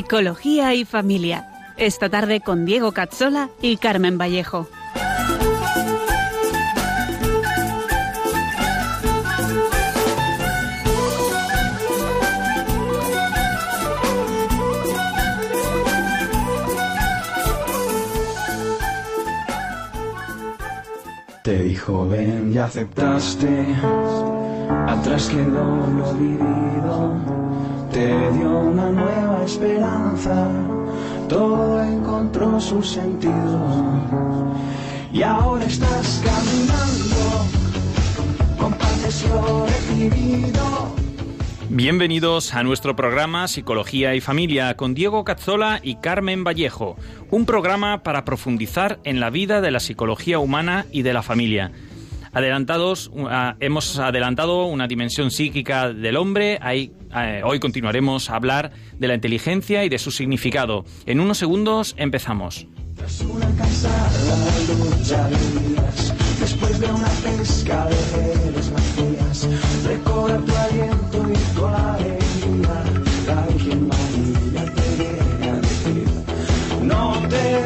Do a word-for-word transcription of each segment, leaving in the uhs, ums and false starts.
Psicología y Familia. Esta tarde con Diego Cazzola y Carmen Vallejo. Te dijo ven y aceptaste, atrás quedó lo vivido. Te dio una nueva esperanza, todo encontró su sentido. Y ahora estás caminando, compartes lo recibido. Bienvenidos a nuestro programa Psicología y Familia con Diego Cazzola y Carmen Vallejo, un programa para profundizar en la vida de la psicología humana y de la familia. Adelantados, uh, hemos adelantado una dimensión psíquica del hombre. Ahí, uh, hoy continuaremos a hablar de la inteligencia y de su significado. En unos segundos empezamos. Tras una cansada lucha de días, después de una pesca de veres vacías, recobra tu aliento y tu alegría. La Virgen María te viene a decir: no te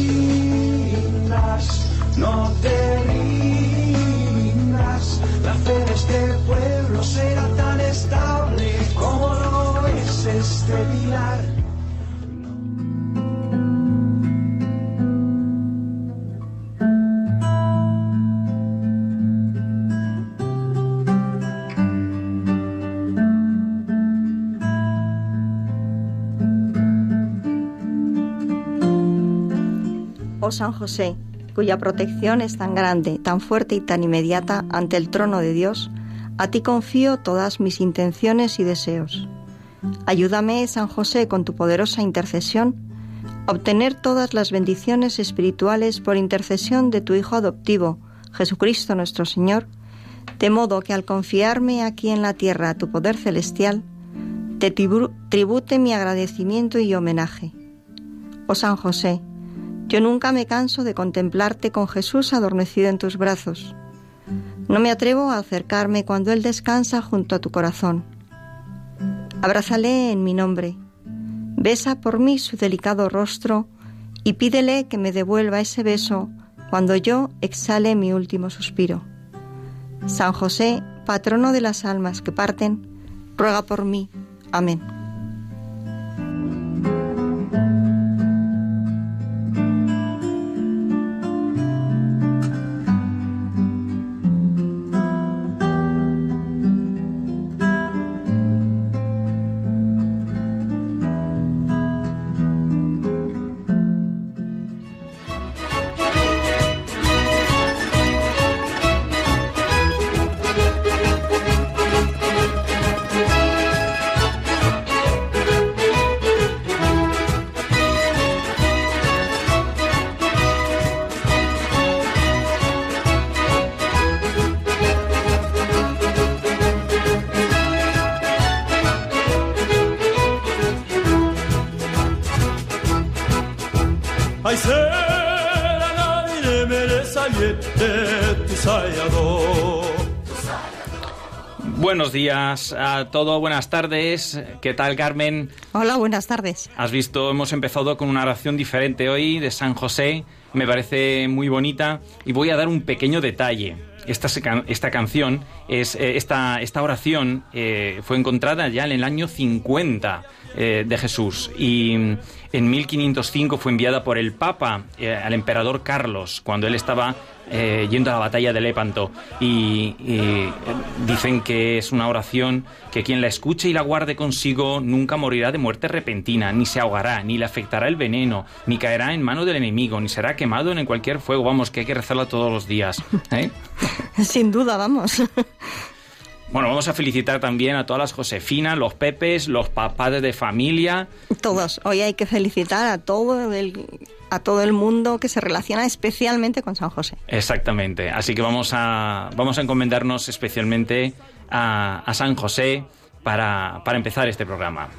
rindas, no te rindas. La fe de este pueblo será tan estable como lo es este pilar. Oh San José, cuya protección es tan grande, tan fuerte y tan inmediata ante el trono de Dios, a ti confío todas mis intenciones y deseos. Ayúdame, San José, con tu poderosa intercesión, a obtener todas las bendiciones espirituales por intercesión de tu Hijo adoptivo, Jesucristo nuestro Señor, de modo que al confiarme aquí en la tierra a tu poder celestial, te tribute mi agradecimiento y homenaje. Oh San José, yo nunca me canso de contemplarte con Jesús adormecido en tus brazos. No me atrevo a acercarme cuando Él descansa junto a tu corazón. Abrázale en mi nombre, besa por mí su delicado rostro y pídele que me devuelva ese beso cuando yo exhale mi último suspiro. San José, patrono de las almas que parten, ruega por mí. Amén. Buenos días a todos, buenas tardes. ¿Qué tal, Carmen? Hola, buenas tardes. Has visto, hemos empezado con una oración diferente hoy de San José. Me parece muy bonita y voy a dar un pequeño detalle. Esta, esta canción, es, esta, esta oración eh, fue encontrada ya en el año cincuenta eh, de Jesús y en mil quinientos cinco fue enviada por el Papa eh, al emperador Carlos cuando él estaba eh, yendo a la batalla de Lépanto y, y dicen que es una oración que quien la escuche y la guarde consigo nunca morirá de muerte repentina, ni se ahogará, ni le afectará el veneno, ni caerá en mano del enemigo, ni será quemado en cualquier fuego. Vamos, que hay que rezarla todos los días, ¿eh? Sin duda, vamos. Bueno, vamos a felicitar también a todas las Josefinas, los Pepes, los papás de familia. Todos. Hoy hay que felicitar a todo el, a todo el mundo que se relaciona especialmente con San José. Exactamente. Así que vamos a, vamos a encomendarnos especialmente a, a San José para, para empezar este programa.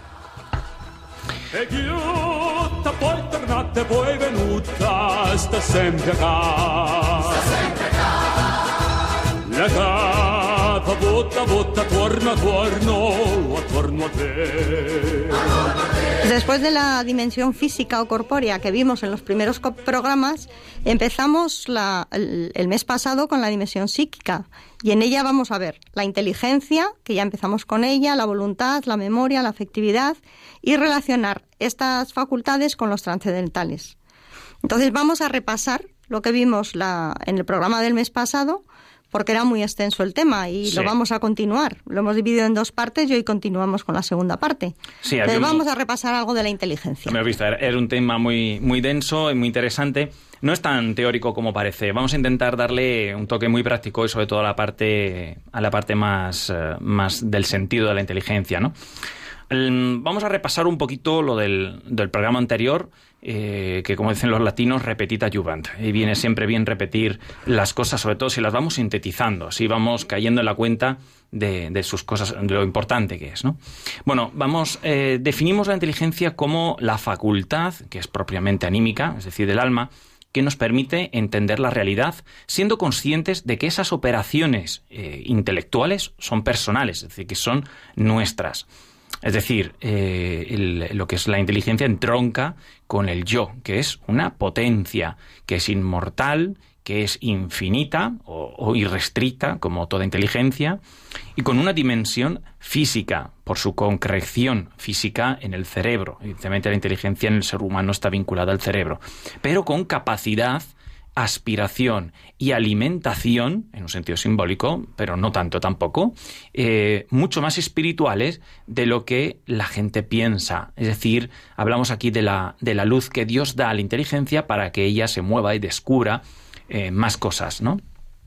vota, vota, torna, torno, torno a te. Después de la dimensión física o corpórea que vimos en los primeros programas, empezamos la, el, el mes pasado con la dimensión psíquica, y en ella vamos a ver la inteligencia, que ya empezamos con ella, la voluntad, la memoria, la afectividad, y relacionar estas facultades con los trascendentales. Entonces vamos a repasar lo que vimos la, en el programa del mes pasado, porque era muy extenso el tema y sí. Lo vamos a continuar. Lo hemos dividido en dos partes y hoy continuamos con la segunda parte. Sí, Entonces habíamos... vamos a repasar algo de la inteligencia. Me he visto, era un tema muy, muy denso y muy interesante. No es tan teórico como parece. Vamos a intentar darle un toque muy práctico y sobre todo a la parte, a la parte más, uh, más del sentido de la inteligencia, ¿no? El, vamos a repasar un poquito lo del, del programa anterior, eh, que como dicen los latinos, repetita juvant. Y viene siempre bien repetir las cosas, sobre todo si las vamos sintetizando, si vamos cayendo en la cuenta de, de sus cosas, de lo importante que es, ¿no? Bueno, vamos, eh, definimos la inteligencia como la facultad, que es propiamente anímica, es decir, del alma, que nos permite entender la realidad, siendo conscientes de que esas operaciones eh, intelectuales son personales, es decir, que son nuestras. Es decir, eh, el, lo que es la inteligencia entronca con el yo, que es una potencia, que es inmortal, que es infinita o, o irrestricta, como toda inteligencia, y con una dimensión física, por su concreción física en el cerebro. Evidentemente la inteligencia en el ser humano está vinculada al cerebro, pero con capacidad, aspiración y alimentación, en un sentido simbólico, pero no tanto tampoco, eh, mucho más espirituales de lo que la gente piensa. Es decir, hablamos aquí de la, de la luz que Dios da a la inteligencia para que ella se mueva y descubra eh, más cosas, ¿no?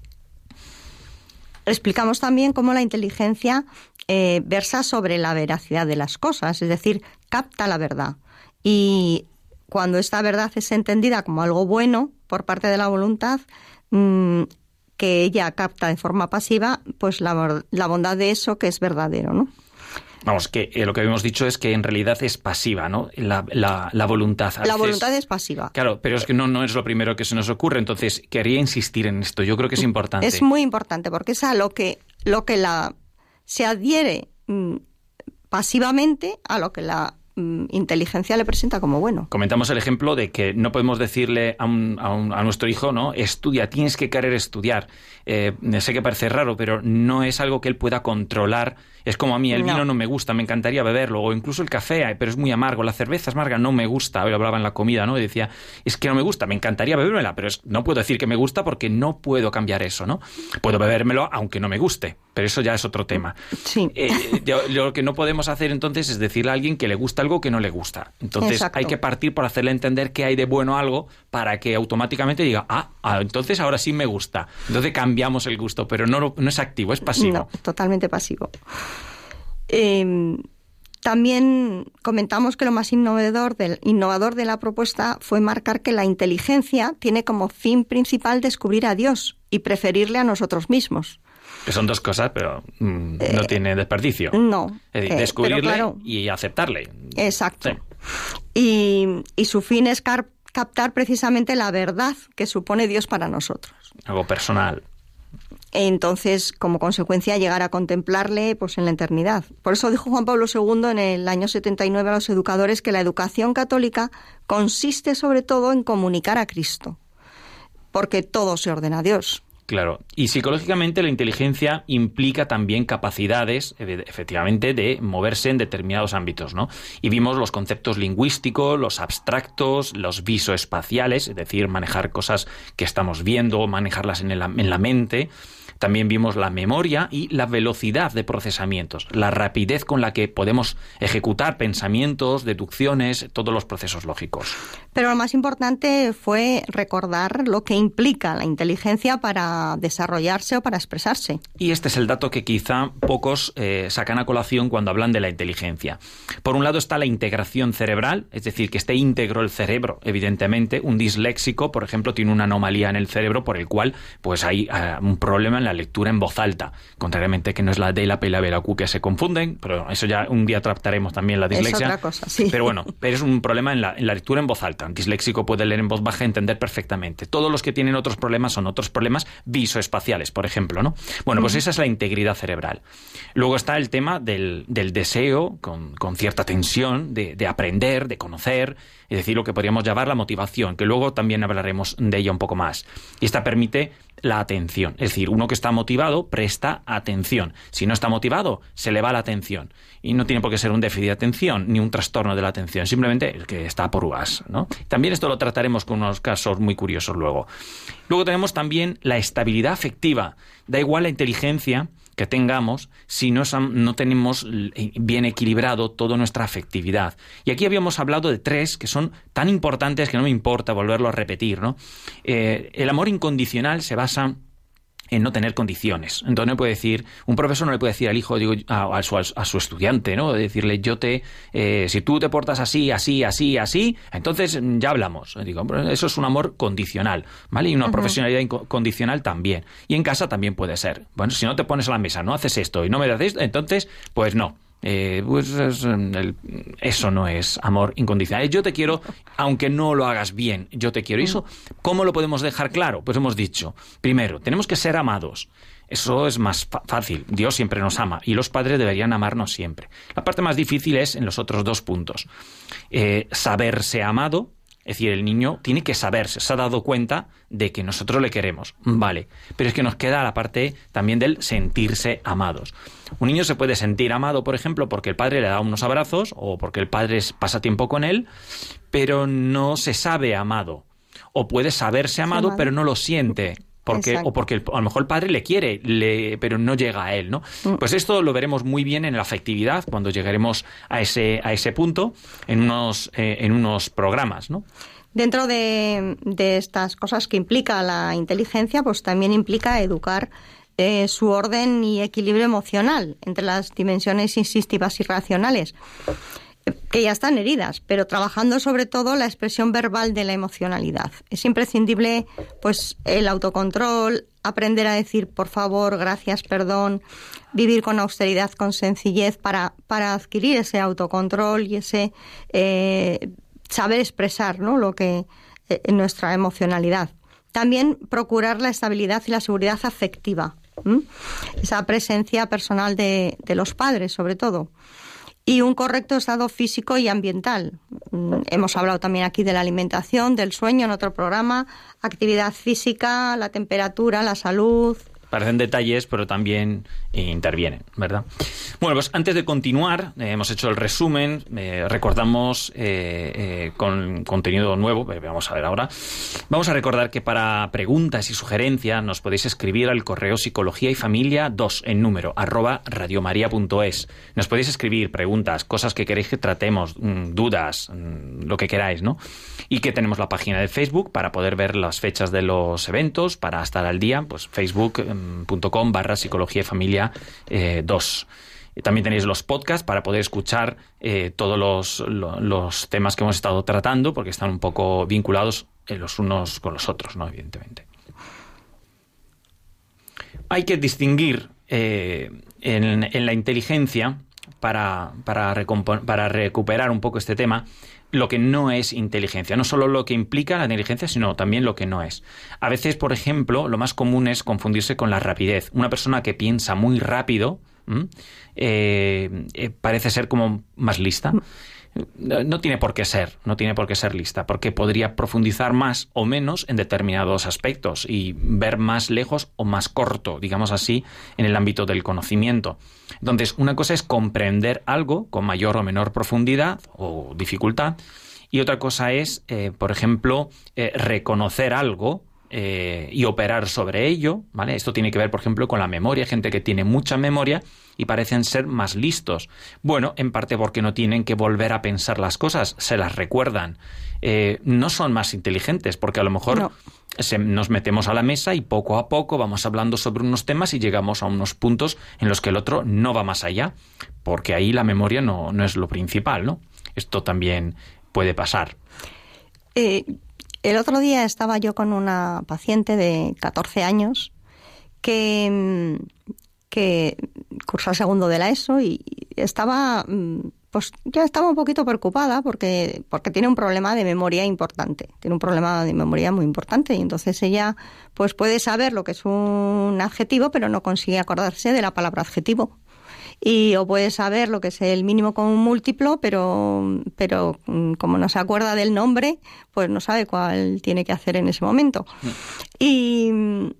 Explicamos también cómo la inteligencia eh, versa sobre la veracidad de las cosas, es decir, capta la verdad. Y cuando esta verdad es entendida como algo bueno por parte de la voluntad, mmm, que ella capta de forma pasiva, pues la, la bondad de eso que es verdadero, ¿no? Vamos, que eh, lo que habíamos dicho es que en realidad es pasiva, ¿no? La, la, la voluntad. La voluntad es pasiva. Claro, pero es que no, no es lo primero que se nos ocurre. Entonces, quería insistir en esto. Yo creo que es importante. Es muy importante, porque es a lo que, lo que la se adhiere mmm, pasivamente a lo que la inteligencia le presenta como bueno. Comentamos el ejemplo de que no podemos decirle a, un, a, un, a nuestro hijo, ¿no? Estudia, tienes que querer estudiar. Eh, sé que parece raro, pero no es algo que él pueda controlar. Es como a mí, el no. vino no me gusta, me encantaría beberlo, o incluso el café, pero es muy amargo, la cerveza amarga no me gusta. Hoy hablaba en la comida, ¿no? Y decía, es que no me gusta, me encantaría bebérmela, pero es, no puedo decir que me gusta porque no puedo cambiar eso, ¿no? Puedo bebérmelo aunque no me guste, pero eso ya es otro tema. Sí. Eh, yo, lo que no podemos hacer entonces es decirle a alguien que le gusta algo que no le gusta. Entonces Exacto. hay que partir por hacerle entender que hay de bueno algo para que automáticamente diga, ah, ah entonces ahora sí me gusta. Entonces cambiamos el gusto, pero no, no es activo, es pasivo. No, totalmente pasivo. Eh, también comentamos que lo más innovador, del, innovador de la propuesta fue marcar que la inteligencia tiene como fin principal descubrir a Dios y preferirle a nosotros mismos. Que son dos cosas, pero mm, eh, no tiene desperdicio. No. Es decir, eh, descubrirle claro, y aceptarle. Exacto. Sí. Y, y su fin es car- captar precisamente la verdad que supone Dios para nosotros. Algo personal. Entonces, como consecuencia, llegar a contemplarle pues en la eternidad. Por eso dijo Juan Pablo segundo en el año setenta y nueve a los educadores que la educación católica consiste sobre todo en comunicar a Cristo, porque todo se ordena a Dios. Claro, y psicológicamente la inteligencia implica también capacidades, efectivamente, de moverse en determinados ámbitos, ¿no? Y vimos los conceptos lingüísticos, los abstractos, los visoespaciales, es decir, manejar cosas que estamos viendo, manejarlas en, el, en la mente. También vimos la memoria y la velocidad de procesamientos, la rapidez con la que podemos ejecutar pensamientos, deducciones, todos los procesos lógicos. Pero lo más importante fue recordar lo que implica la inteligencia para desarrollarse o para expresarse. Y este es el dato que quizá pocos eh, sacan a colación cuando hablan de la inteligencia. Por un lado está la integración cerebral, es decir, que esté íntegro el cerebro, evidentemente. Un disléxico, por ejemplo, tiene una anomalía en el cerebro por el cual pues hay uh, un problema en la lectura en voz alta, contrariamente que no es la D, la P y la B, la Q que se confunden, pero eso ya un día trataremos también la dislexia. Es otra cosa, sí. Pero bueno, pero es un problema en la, en la lectura en voz alta. Un disléxico puede leer en voz baja y entender perfectamente. Todos los que tienen otros problemas son otros problemas, visoespaciales, por ejemplo, ¿no? Bueno, pues uh-huh. esa es la integridad cerebral. Luego está el tema del, del deseo con, con cierta tensión de, de aprender, de conocer, es decir, lo que podríamos llamar la motivación, que luego también hablaremos de ella un poco más. Y esta permite la atención, es decir, uno que está motivado presta atención. Si no está motivado, se le va la atención. Y no tiene por qué ser un déficit de atención ni un trastorno de la atención, simplemente el que está por uvas, ¿no? También esto lo trataremos con unos casos muy curiosos luego. Luego tenemos también la estabilidad afectiva. Da igual la inteligencia que tengamos si no, no tenemos bien equilibrado toda nuestra afectividad. Y aquí habíamos hablado de tres que son tan importantes que no me importa volverlo a repetir, ¿no? Eh, el amor incondicional se basa en no tener condiciones. Entonces no puede decir, un profesor no le puede decir al hijo, digo, a, a, su, a su estudiante, ¿no? Decirle, yo te, eh, si tú te portas así, así, así, así, entonces ya hablamos. Digo, eso es un amor condicional, ¿vale? Y una uh-huh. profesionalidad incondicional también. Y en casa también puede ser. Bueno, si no te pones a la mesa, no haces esto y no me haces esto, entonces, pues no. Eh, pues es, el, eso no es amor incondicional. Yo te quiero, aunque no lo hagas bien, yo te quiero. ¿Y eso cómo lo podemos dejar claro? Pues hemos dicho, primero, tenemos que ser amados. Eso es más fácil. Dios siempre nos ama y los padres deberían amarnos siempre. La parte más difícil es en los otros dos puntos. Eh, saberse amado. Es decir, el niño tiene que saberse, se ha dado cuenta de que nosotros le queremos, vale, pero es que nos queda la parte también del sentirse amados. Un niño se puede sentir amado, por ejemplo, porque el padre le da unos abrazos o porque el padre pasa tiempo con él, pero no se sabe amado. O puede saberse amado, amado. pero no lo siente. Porque, o porque el, a lo mejor el padre le quiere, le, pero no llega a él, ¿no? Mm. Pues esto lo veremos muy bien en la afectividad cuando llegaremos a ese, a ese punto en unos, eh, en unos programas, ¿no? Dentro de, de estas cosas que implica la inteligencia, pues también implica educar eh, su orden y equilibrio emocional entre las dimensiones instintivas y racionales, que ya están heridas, pero trabajando sobre todo la expresión verbal de la emocionalidad. Es imprescindible, pues, el autocontrol, aprender a decir por favor, gracias, perdón, vivir con austeridad, con sencillez, para, para adquirir ese autocontrol y ese eh, saber expresar, ¿no?, lo que eh, en nuestra emocionalidad. También procurar la estabilidad y la seguridad afectiva, ¿m? Esa presencia personal de, de los padres, sobre todo. Y un correcto estado físico y ambiental. Hemos hablado también aquí de la alimentación, del sueño en otro programa, actividad física, la temperatura, la salud. Parecen detalles, pero también intervienen, ¿verdad? Bueno, pues antes de continuar, eh, hemos hecho el resumen, eh, recordamos eh, eh, con contenido nuevo, eh, vamos a ver ahora. Vamos a recordar que para preguntas y sugerencias nos podéis escribir al correo psicología y familia dos en número, arroba radiomaria punto es. Nos podéis escribir preguntas, cosas que queréis que tratemos, mmm, dudas, mmm, lo que queráis, ¿no? Y que tenemos la página de Facebook para poder ver las fechas de los eventos, para estar al día, pues facebook punto com barra psicología y familia dos. También tenéis los podcasts para poder escuchar eh, todos los, lo, los temas que hemos estado tratando, porque están un poco vinculados eh, los unos con los otros, ¿no? Evidentemente. Hay que distinguir eh, en, en la inteligencia, para, para, recompo- para recuperar un poco este tema, lo que no es inteligencia. No solo lo que implica la inteligencia, sino también lo que no es. A veces, por ejemplo, lo más común es confundirse con la rapidez. Una persona que piensa muy rápido eh, eh, parece ser como más lista. No tiene por qué ser, no tiene por qué ser lista, porque podría profundizar más o menos en determinados aspectos y ver más lejos o más corto, digamos así, en el ámbito del conocimiento. Entonces, una cosa es comprender algo con mayor o menor profundidad o dificultad, y otra cosa es, eh, por ejemplo, eh, reconocer algo eh, y operar sobre ello, ¿vale? Esto tiene que ver, por ejemplo, con la memoria, gente que tiene mucha memoria y parecen ser más listos. Bueno, en parte porque no tienen que volver a pensar las cosas, se las recuerdan. Eh, no son más inteligentes, porque a lo mejor no. se, nos metemos a la mesa y poco a poco vamos hablando sobre unos temas y llegamos a unos puntos en los que el otro no va más allá, porque ahí la memoria no, no es lo principal, ¿no? Esto también puede pasar. Eh, el otro día estaba yo con una paciente de catorce años que... que cursa el segundo de la ESO y estaba pues ya estaba un poquito preocupada porque, porque tiene un problema de memoria importante, tiene un problema de memoria muy importante y entonces ella pues puede saber lo que es un adjetivo pero no consigue acordarse de la palabra adjetivo. Y o puede saber lo que es el mínimo común múltiplo, pero, pero como no se acuerda del nombre, pues no sabe cuál tiene que hacer en ese momento. Y,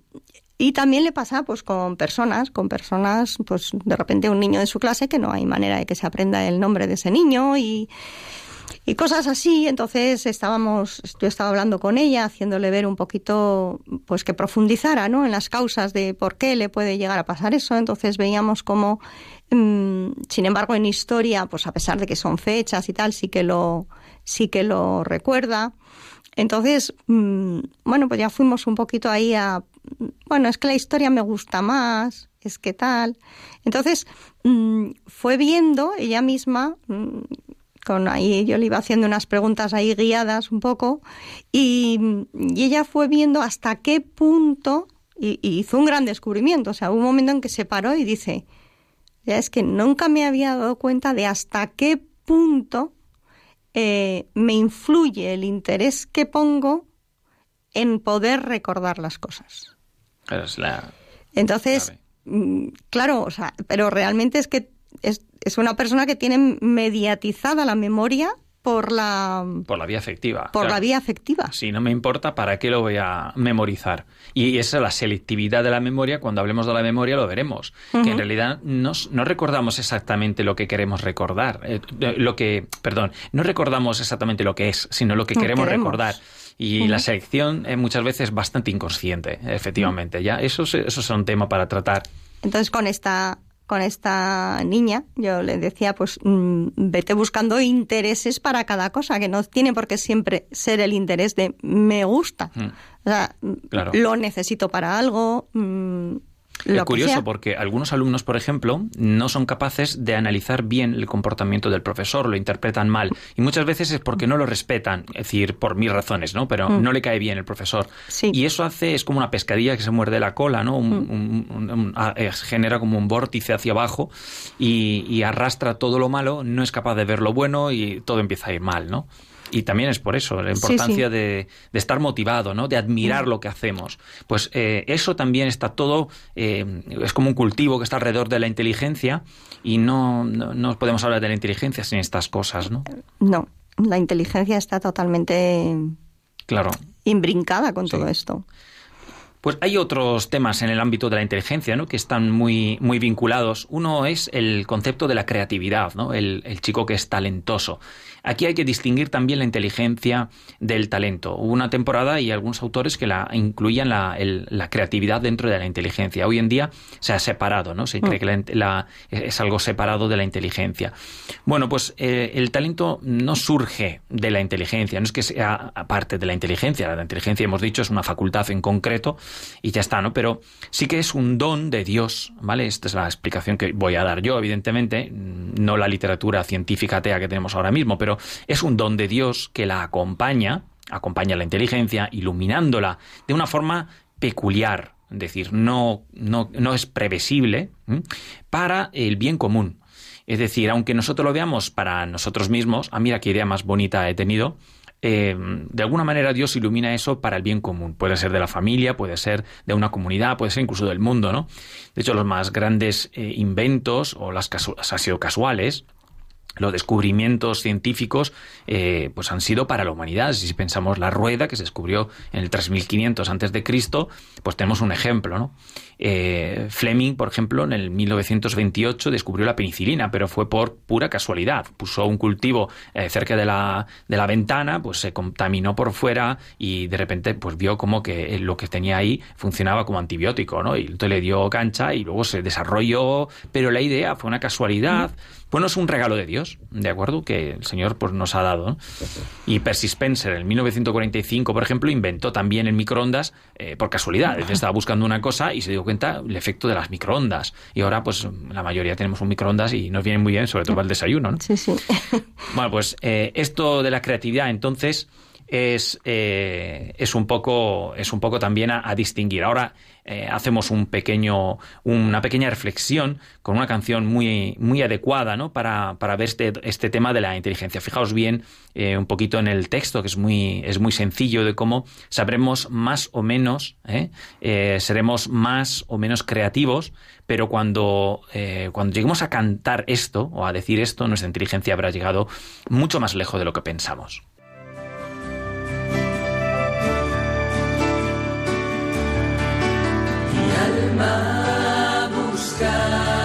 y también le pasa pues con personas, con personas, pues de repente un niño de su clase que no hay manera de que se aprenda el nombre de ese niño y, y cosas así. Entonces estábamos, yo estaba hablando con ella, haciéndole ver un poquito, pues que profundizara, ¿no?, en las causas de por qué le puede llegar a pasar eso. Entonces veíamos cómo, mmm, sin embargo, en historia, pues a pesar de que son fechas y tal, sí que lo, sí que lo recuerda. Entonces, mmm, bueno, pues ya fuimos un poquito ahí a, bueno, es que la historia me gusta más, es que tal. Entonces, mmm, fue viendo ella misma, mmm, con ahí yo le iba haciendo unas preguntas ahí guiadas un poco y, y ella fue viendo hasta qué punto y, y hizo un gran descubrimiento. O sea, hubo un momento en que se paró y dice, ya es que nunca me había dado cuenta de hasta qué punto eh, me influye el interés que pongo en poder recordar las cosas. Pero es la... Entonces, clave. Claro, o sea, pero realmente es que es, es una persona que tiene mediatizada la memoria por la... Por la vía afectiva. Por claro. la vía afectiva. Si no me importa, ¿para qué lo voy a memorizar? Y esa es la selectividad de la memoria. Cuando hablemos de la memoria lo veremos. Uh-huh. Que en realidad no, no recordamos exactamente lo que queremos recordar. Eh, lo que, perdón, no recordamos exactamente lo que es, sino lo que queremos, queremos. recordar. Y uh-huh. la selección es muchas veces bastante inconsciente, efectivamente. Uh-huh. Ya eso, eso es un tema para tratar. Entonces, con esta... con esta niña, yo le decía, pues mmm, vete buscando intereses para cada cosa, que no tiene por qué siempre ser el interés de me gusta. Mm. O sea, claro. lo necesito para algo. Mmm, Es curioso porque algunos alumnos, por ejemplo, no son capaces de analizar bien el comportamiento del profesor, lo interpretan mal. Y muchas veces es porque no lo respetan, es decir, por mil razones, ¿no? Pero mm. no le cae bien el profesor. Sí. Y eso hace, es como una pescadilla que se muerde la cola, ¿no? Un, mm. un, un, un, a, es, genera como un vórtice hacia abajo y, y arrastra todo lo malo, no es capaz de ver lo bueno y todo empieza a ir mal, ¿no? Y también es por eso, la importancia sí, sí. De, de estar motivado, ¿no? De admirar mm. lo que hacemos. Pues eh, eso también está todo, eh, es como un cultivo que está alrededor de la inteligencia y no, no, no podemos hablar de la inteligencia sin estas cosas, ¿no? No, la inteligencia está totalmente claro. imbrincada con sí. todo esto. Pues hay otros temas en el ámbito de la inteligencia, ¿no?, que están muy, muy vinculados. Uno es el concepto de la creatividad, ¿no? El, el chico que es talentoso. Aquí hay que distinguir también la inteligencia del talento. Hubo una temporada y algunos autores que la incluían la, el, la creatividad dentro de la inteligencia. Hoy en día se ha separado, ¿no? Se cree que la, la, es algo separado de la inteligencia. Bueno, pues eh, el talento no surge de la inteligencia, no es que sea aparte de la inteligencia. La inteligencia, hemos dicho, es una facultad en concreto y ya está, ¿no? Pero sí que es un don de Dios, ¿vale? Esta es la explicación que voy a dar yo, evidentemente, no la literatura científica atea que tenemos ahora mismo, pero es un don de Dios que la acompaña, acompaña la inteligencia, iluminándola de una forma peculiar, es decir, no, no, no es previsible, ¿eh? para el bien común. Es decir, aunque nosotros lo veamos para nosotros mismos, ah, mira qué idea más bonita he tenido, eh, de alguna manera Dios ilumina eso para el bien común. Puede ser de la familia, puede ser de una comunidad, puede ser incluso del mundo, ¿no? De hecho, los más grandes eh, inventos o las casu- han sido casuales. Los descubrimientos científicos eh, pues han sido para la humanidad. Si pensamos la rueda que se descubrió en el tres mil quinientos antes de Cristo, pues tenemos un ejemplo, ¿no? Eh, Fleming, por ejemplo, en el mil novecientos veintiocho descubrió la penicilina, pero fue por pura casualidad. Puso un cultivo eh, cerca de la, de la ventana, pues se contaminó por fuera y de repente pues vio como que lo que tenía ahí funcionaba como antibiótico, ¿no? Y entonces le dio cancha y luego se desarrolló, pero la idea fue una casualidad. Bueno, es un regalo de Dios, ¿de acuerdo?, que el Señor pues nos ha dado, ¿no? Y Percy Spencer, en mil novecientos cuarenta y cinco, por ejemplo, inventó también el microondas eh, por casualidad. Él estaba buscando una cosa y se dio cuenta el efecto de las microondas. Y ahora, pues, la mayoría tenemos un microondas y nos viene muy bien, sobre todo para el desayuno, ¿no? Sí, sí. Bueno, pues eh, esto de la creatividad, entonces, es, eh, es, un, poco, es un poco también a, a distinguir. Ahora eh, hacemos un pequeño, una pequeña reflexión con una canción muy, muy adecuada, ¿no? para, para ver este, este tema de la inteligencia. Fijaos bien eh, un poquito en el texto, que es muy, es muy sencillo, de cómo sabremos más o menos, ¿eh? Eh, seremos más o menos creativos, pero cuando, eh, cuando lleguemos a cantar esto o a decir esto, nuestra inteligencia habrá llegado mucho más lejos de lo que pensamos. Alma busca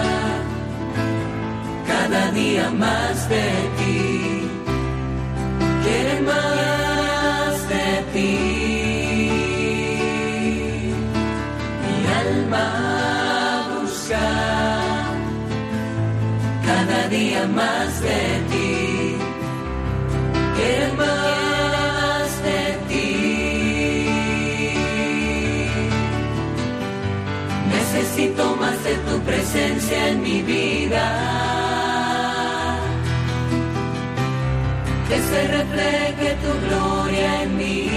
cada día más de ti, quiere más de ti. Mi alma busca cada día más de ti, quiere más de ti. Necesito más de tu presencia en mi vida, que se refleje tu gloria en mí.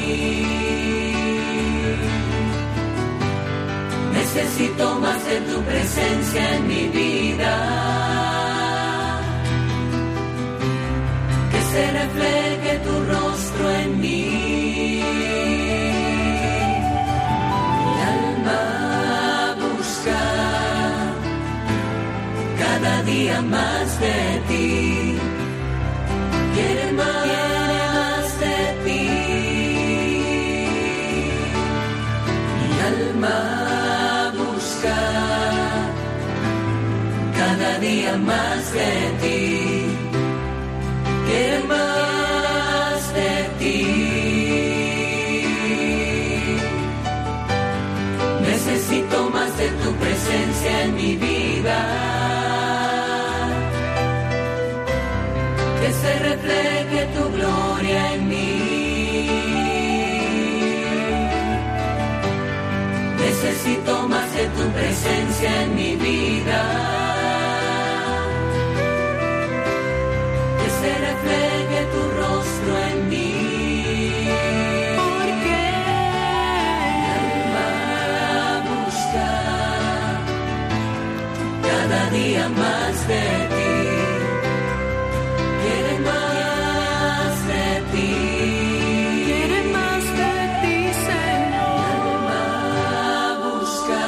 Necesito más de tu presencia en mi vida, que se refleje tu rostro en mí. Mi alma busca cada día más de ti, quiere más de ti. Mi alma busca cada día más de ti, quiere más de ti. Necesito más de tu presencia en mi vida, que se refleje tu gloria en mí. Necesito más de tu presencia en mi vida, que se refleje tu rostro en mí. Porque mi alma busca cada día más de ti, quiere más de ti, quiere más de ti, Señor. Mi alma busca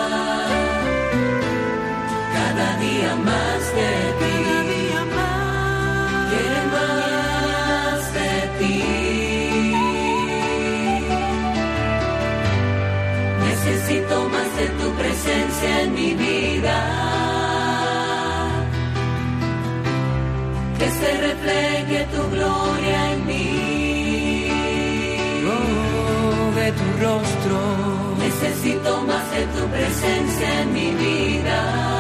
cada día más de ti, quiere más de ti. Necesito más de tu presencia en mi vida, que se refleje tu gloria en mí. Oh, de tu rostro. Necesito más de tu presencia en mi vida,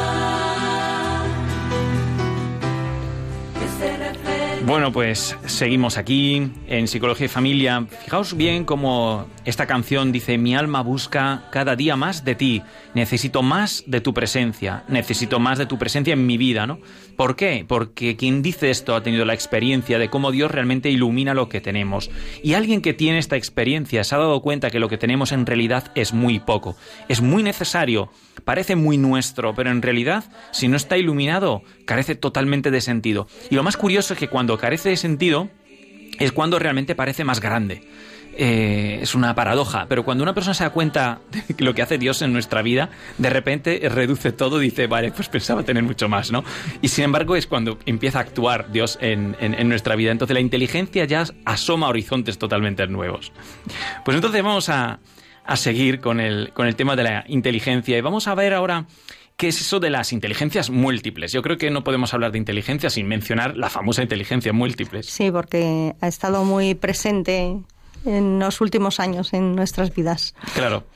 que se refleje. Bueno, pues seguimos aquí en Psicología y Familia. Fijaos bien cómo esta canción dice: mi alma busca cada día más de ti, necesito más de tu presencia, necesito más de tu presencia en mi vida, ¿no? ¿Por qué? Porque quien dice esto ha tenido la experiencia de cómo Dios realmente ilumina lo que tenemos. Y alguien que tiene esta experiencia se ha dado cuenta que lo que tenemos en realidad es muy poco, es muy necesario, parece muy nuestro, pero en realidad, si no está iluminado, carece totalmente de sentido. Y lo más curioso es que cuando carece de sentido es cuando realmente parece más grande. Eh, es una paradoja, pero cuando una persona se da cuenta de lo que hace Dios en nuestra vida, de repente reduce todo y dice, vale, pues pensaba tener mucho más, ¿no? Y sin embargo es cuando empieza a actuar Dios en, en, en nuestra vida. Entonces la inteligencia ya asoma horizontes totalmente nuevos. Pues entonces vamos a, a seguir con el, con el tema de la inteligencia y vamos a ver ahora ¿qué es eso de las inteligencias múltiples? Yo creo que no podemos hablar de inteligencia sin mencionar la famosa inteligencia múltiple. Sí, porque ha estado muy presente en los últimos años en nuestras vidas. Claro.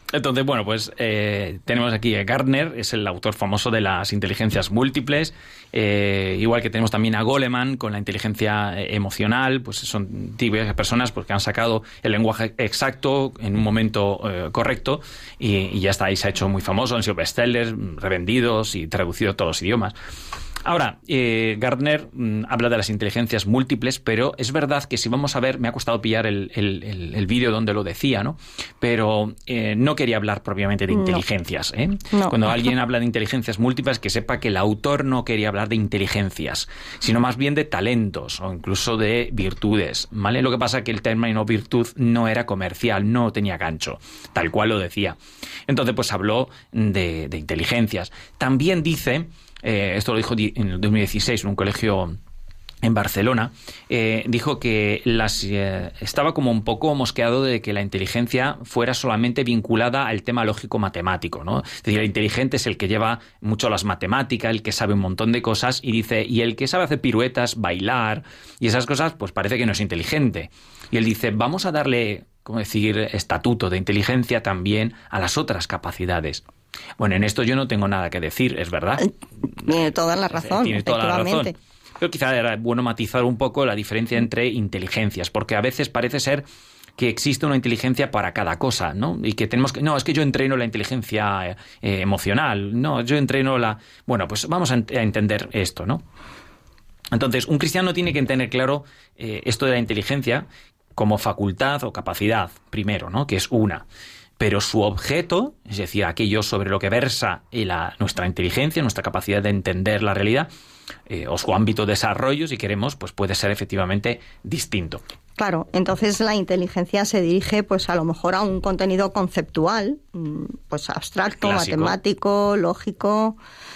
Entonces, bueno, pues eh, tenemos aquí a Gardner, es el autor famoso de las inteligencias múltiples, eh, igual que tenemos también a Goleman con la inteligencia emocional, pues son diversas personas pues, que han sacado el lenguaje exacto en un momento eh, correcto y, y ya está, ahí se ha hecho muy famoso, han sido bestsellers, revendidos y traducido a todos los idiomas. Ahora, eh, Gardner mmm, habla de las inteligencias múltiples, pero es verdad que si vamos a ver, me ha costado pillar el, el, el, el vídeo donde lo decía, ¿no? Pero eh, no quería hablar propiamente de inteligencias, ¿eh? No. Cuando alguien habla de inteligencias múltiples, que sepa que el autor no quería hablar de inteligencias, sino más bien de talentos o incluso de virtudes, ¿vale? Lo que pasa es que el término virtud no era comercial, no tenía gancho, tal cual lo decía. Entonces, pues habló de, de inteligencias. También dice... Eh, esto lo dijo en el dos mil dieciséis en un colegio en Barcelona, eh, dijo que las, eh, estaba como un poco mosqueado de que la inteligencia fuera solamente vinculada al tema lógico-matemático, ¿no? Es decir, el inteligente es el que lleva mucho las matemáticas, el que sabe un montón de cosas, y dice, y el que sabe hacer piruetas, bailar y esas cosas, pues parece que no es inteligente. Y él dice, vamos a darle, como decir, estatuto de inteligencia también a las otras capacidades. Bueno, en esto yo no tengo nada que decir, es verdad. Tiene toda la razón, Tiene toda la razón. efectivamente. Pero quizá era bueno matizar un poco la diferencia entre inteligencias, porque a veces parece ser que existe una inteligencia para cada cosa, ¿no? Y que tenemos que... No, es que yo entreno la inteligencia eh, emocional, no, yo entreno la... Bueno, pues vamos a, ent- a entender esto, ¿no? Entonces, un cristiano tiene que tener claro eh, esto de la inteligencia como facultad o capacidad, primero, ¿no? Que es una... Pero su objeto, es decir, aquello sobre lo que versa la, nuestra inteligencia, nuestra capacidad de entender la realidad, eh, o su ámbito de desarrollo, si queremos, pues puede ser efectivamente distinto. Claro, entonces la inteligencia se dirige pues a lo mejor a un contenido conceptual, pues abstracto, Clásico. matemático, lógico,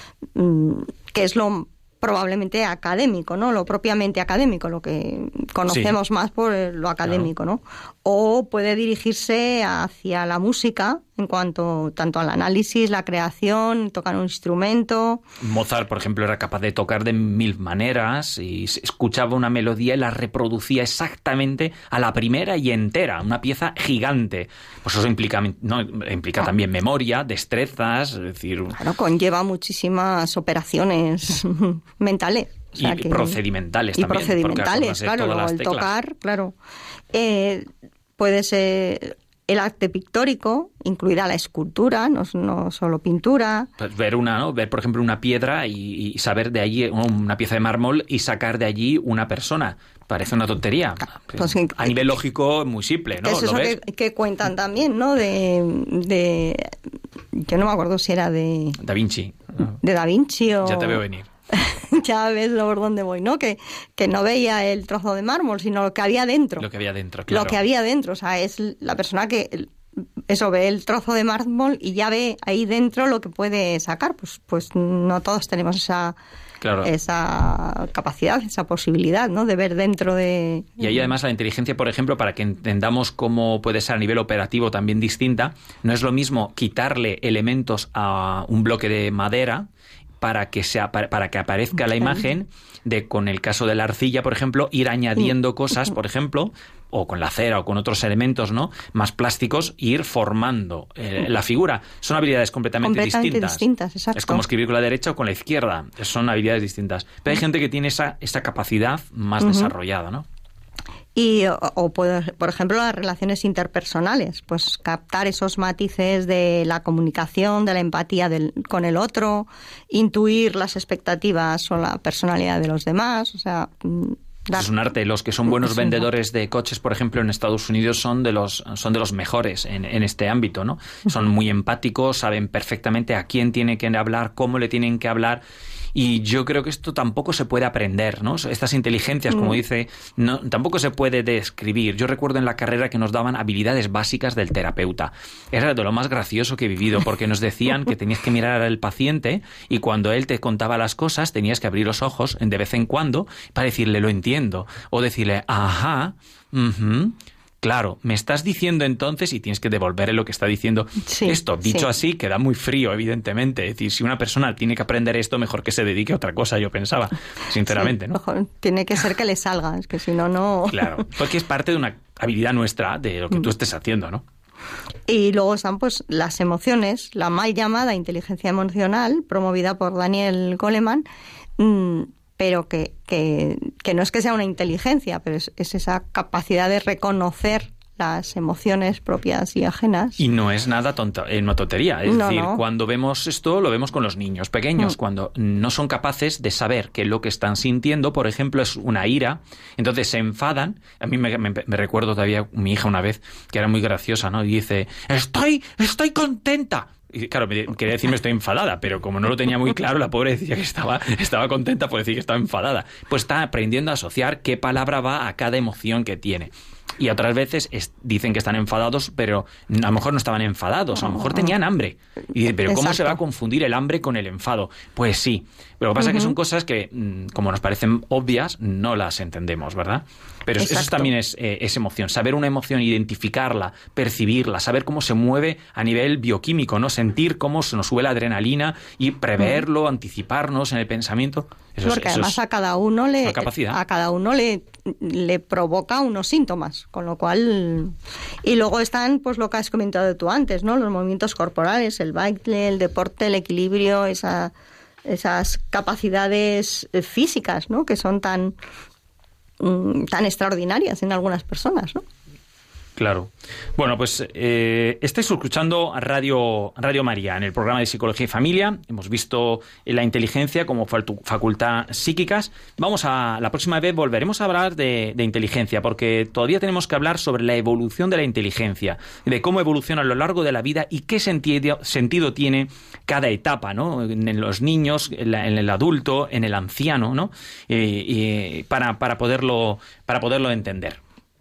que es lo probablemente académico, ¿no? Lo propiamente académico, lo que conocemos sí. más por lo académico, claro. ¿no? O puede dirigirse hacia la música, en cuanto tanto al análisis, la creación, tocar un instrumento. Mozart, por ejemplo, era capaz de tocar de mil maneras y escuchaba una melodía y la reproducía exactamente a la primera y entera, una pieza gigante. Pues eso implica, no, implica ah. también memoria, destrezas, es decir... Claro, conlleva muchísimas operaciones mentales. O sea, y que, procedimentales y también. Y procedimentales, claro, luego el tocar, claro. Eh, puede ser... El arte pictórico, incluirá la escultura, no, no solo pintura. Pues ver una, ¿no? Ver, por ejemplo, una piedra y, y saber de allí una pieza de mármol y sacar de allí una persona. Parece una tontería. Pues, a nivel lógico, muy simple, ¿no? Es eso ¿Lo ves? Que, que cuentan también, ¿no? De, de... Yo no me acuerdo si era de... Da Vinci. De Da Vinci o... Ya te veo venir. Ya ves por dónde voy, ¿no? Que, que no veía el trozo de mármol, sino lo que había dentro. Lo que había dentro, claro. Lo que había dentro, o sea, es la persona que, eso, ve el trozo de mármol y ya ve ahí dentro lo que puede sacar. Pues, pues no todos tenemos esa... Claro. Esa capacidad, esa posibilidad, ¿no? De ver dentro de... Y ahí además la inteligencia, por ejemplo, para que entendamos cómo puede ser a nivel operativo también distinta, no es lo mismo quitarle elementos a un bloque de madera para que sea para, para que aparezca la imagen de, con el caso de la arcilla, por ejemplo, ir añadiendo cosas, por ejemplo, o con la cera o con otros elementos, ¿no? Más plásticos, e ir formando eh, la figura. Son habilidades completamente, completamente distintas. distintas exacto. Es como escribir con la derecha o con la izquierda. Son habilidades distintas. Pero hay gente que tiene esa, esa capacidad más uh-huh. desarrollada, ¿no? Y, o, o, por ejemplo, las relaciones interpersonales, pues captar esos matices de la comunicación, de la empatía del, con el otro, intuir las expectativas o la personalidad de los demás, o sea... Dar... Es un arte. Los que son buenos vendedores de coches, por ejemplo, en Estados Unidos son de los son de los mejores en, en este ámbito, ¿no? Son muy empáticos, saben perfectamente a quién tiene que hablar, cómo le tienen que hablar. Y yo creo que esto tampoco se puede aprender, ¿no? Estas inteligencias, como dice, no, tampoco se puede describir. Yo recuerdo en la carrera que nos daban habilidades básicas del terapeuta. Era de lo más gracioso que he vivido, porque nos decían que tenías que mirar al paciente y cuando él te contaba las cosas tenías que abrir los ojos de vez en cuando para decirle lo entiendo. O decirle, ajá, uh-huh. Claro, me estás diciendo entonces y tienes que devolverle lo que está diciendo. Sí, esto, dicho sí. así, queda muy frío, evidentemente. Es decir, si una persona tiene que aprender esto, mejor que se dedique a otra cosa, yo pensaba, sinceramente, sí, ¿no? Mejor, tiene que ser que le salga, es que si no, no... Claro, porque es parte de una habilidad nuestra de lo que tú estés haciendo, ¿no? Y luego están pues las emociones, la mal llamada inteligencia emocional, promovida por Daniel Goleman, mmm, pero que, que, que no es que sea una inteligencia, pero es, es esa capacidad de reconocer las emociones propias y ajenas. Y no es nada tonta, eh, no tontería. Es no, decir, no. cuando vemos esto, lo vemos con los niños pequeños, mm. cuando no son capaces de saber que lo que están sintiendo, por ejemplo, es una ira, entonces se enfadan. A mí me, me, me recuerdo todavía mi hija una vez, que era muy graciosa, ¿no? Y dice, estoy, estoy contenta. Y claro, quería decirme estoy enfadada, pero como no lo tenía muy claro, la pobre decía que estaba, estaba contenta por decir que estaba enfadada. Pues está aprendiendo a asociar qué palabra va a cada emoción que tiene. Y otras veces es, dicen que están enfadados, pero a lo mejor no estaban enfadados, a lo mejor tenían hambre. Y dice, pero ¿cómo Exacto. se va a confundir el hambre con el enfado? Pues sí, pero lo que pasa es uh-huh. que son cosas que, como nos parecen obvias, no las entendemos, ¿verdad? Pero Exacto. eso también es, eh, es emoción, saber una emoción, identificarla, percibirla, saber cómo se mueve a nivel bioquímico, ¿no? Sentir cómo se nos sube la adrenalina y preverlo, uh-huh. anticiparnos en el pensamiento. Eso Porque es, eso además a cada uno le a cada uno le, le provoca unos síntomas, con lo cual y luego están pues lo que has comentado tú antes, ¿no? Los movimientos corporales, el baile, el deporte, el equilibrio, esa, esas capacidades físicas, ¿no? Que son tan tan extraordinarias en algunas personas, ¿no? Claro. Bueno, pues eh, estáis escuchando a Radio, Radio María en el programa de Psicología y Familia. Hemos visto la inteligencia como facultad psíquicas. Vamos a, la próxima vez volveremos a hablar de, de inteligencia, porque todavía tenemos que hablar sobre la evolución de la inteligencia, de cómo evoluciona a lo largo de la vida y qué sentido, sentido tiene cada etapa, ¿no? En los niños, en, la, en el adulto, en el anciano, ¿no? Eh, eh, para, para poderlo, para poderlo entender.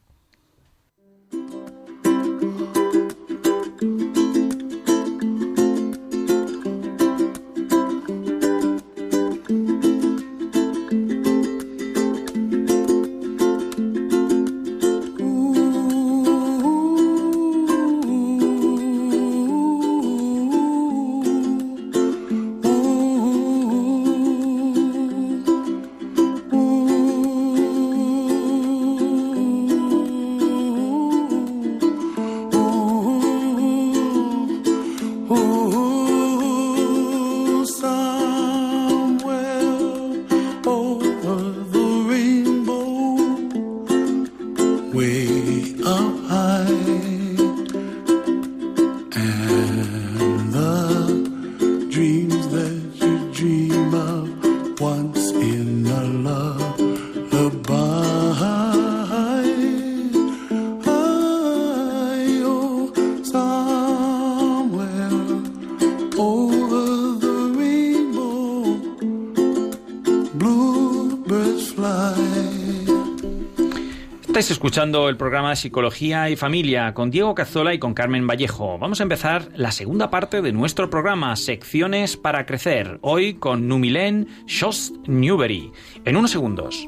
Estáis escuchando el programa de Psicología y Familia con Diego Cazzola y con Carmen Vallejo. Vamos a empezar la segunda parte de nuestro programa, Secciones para Crecer, hoy con Numilén Sjost-Newbery. En unos segundos.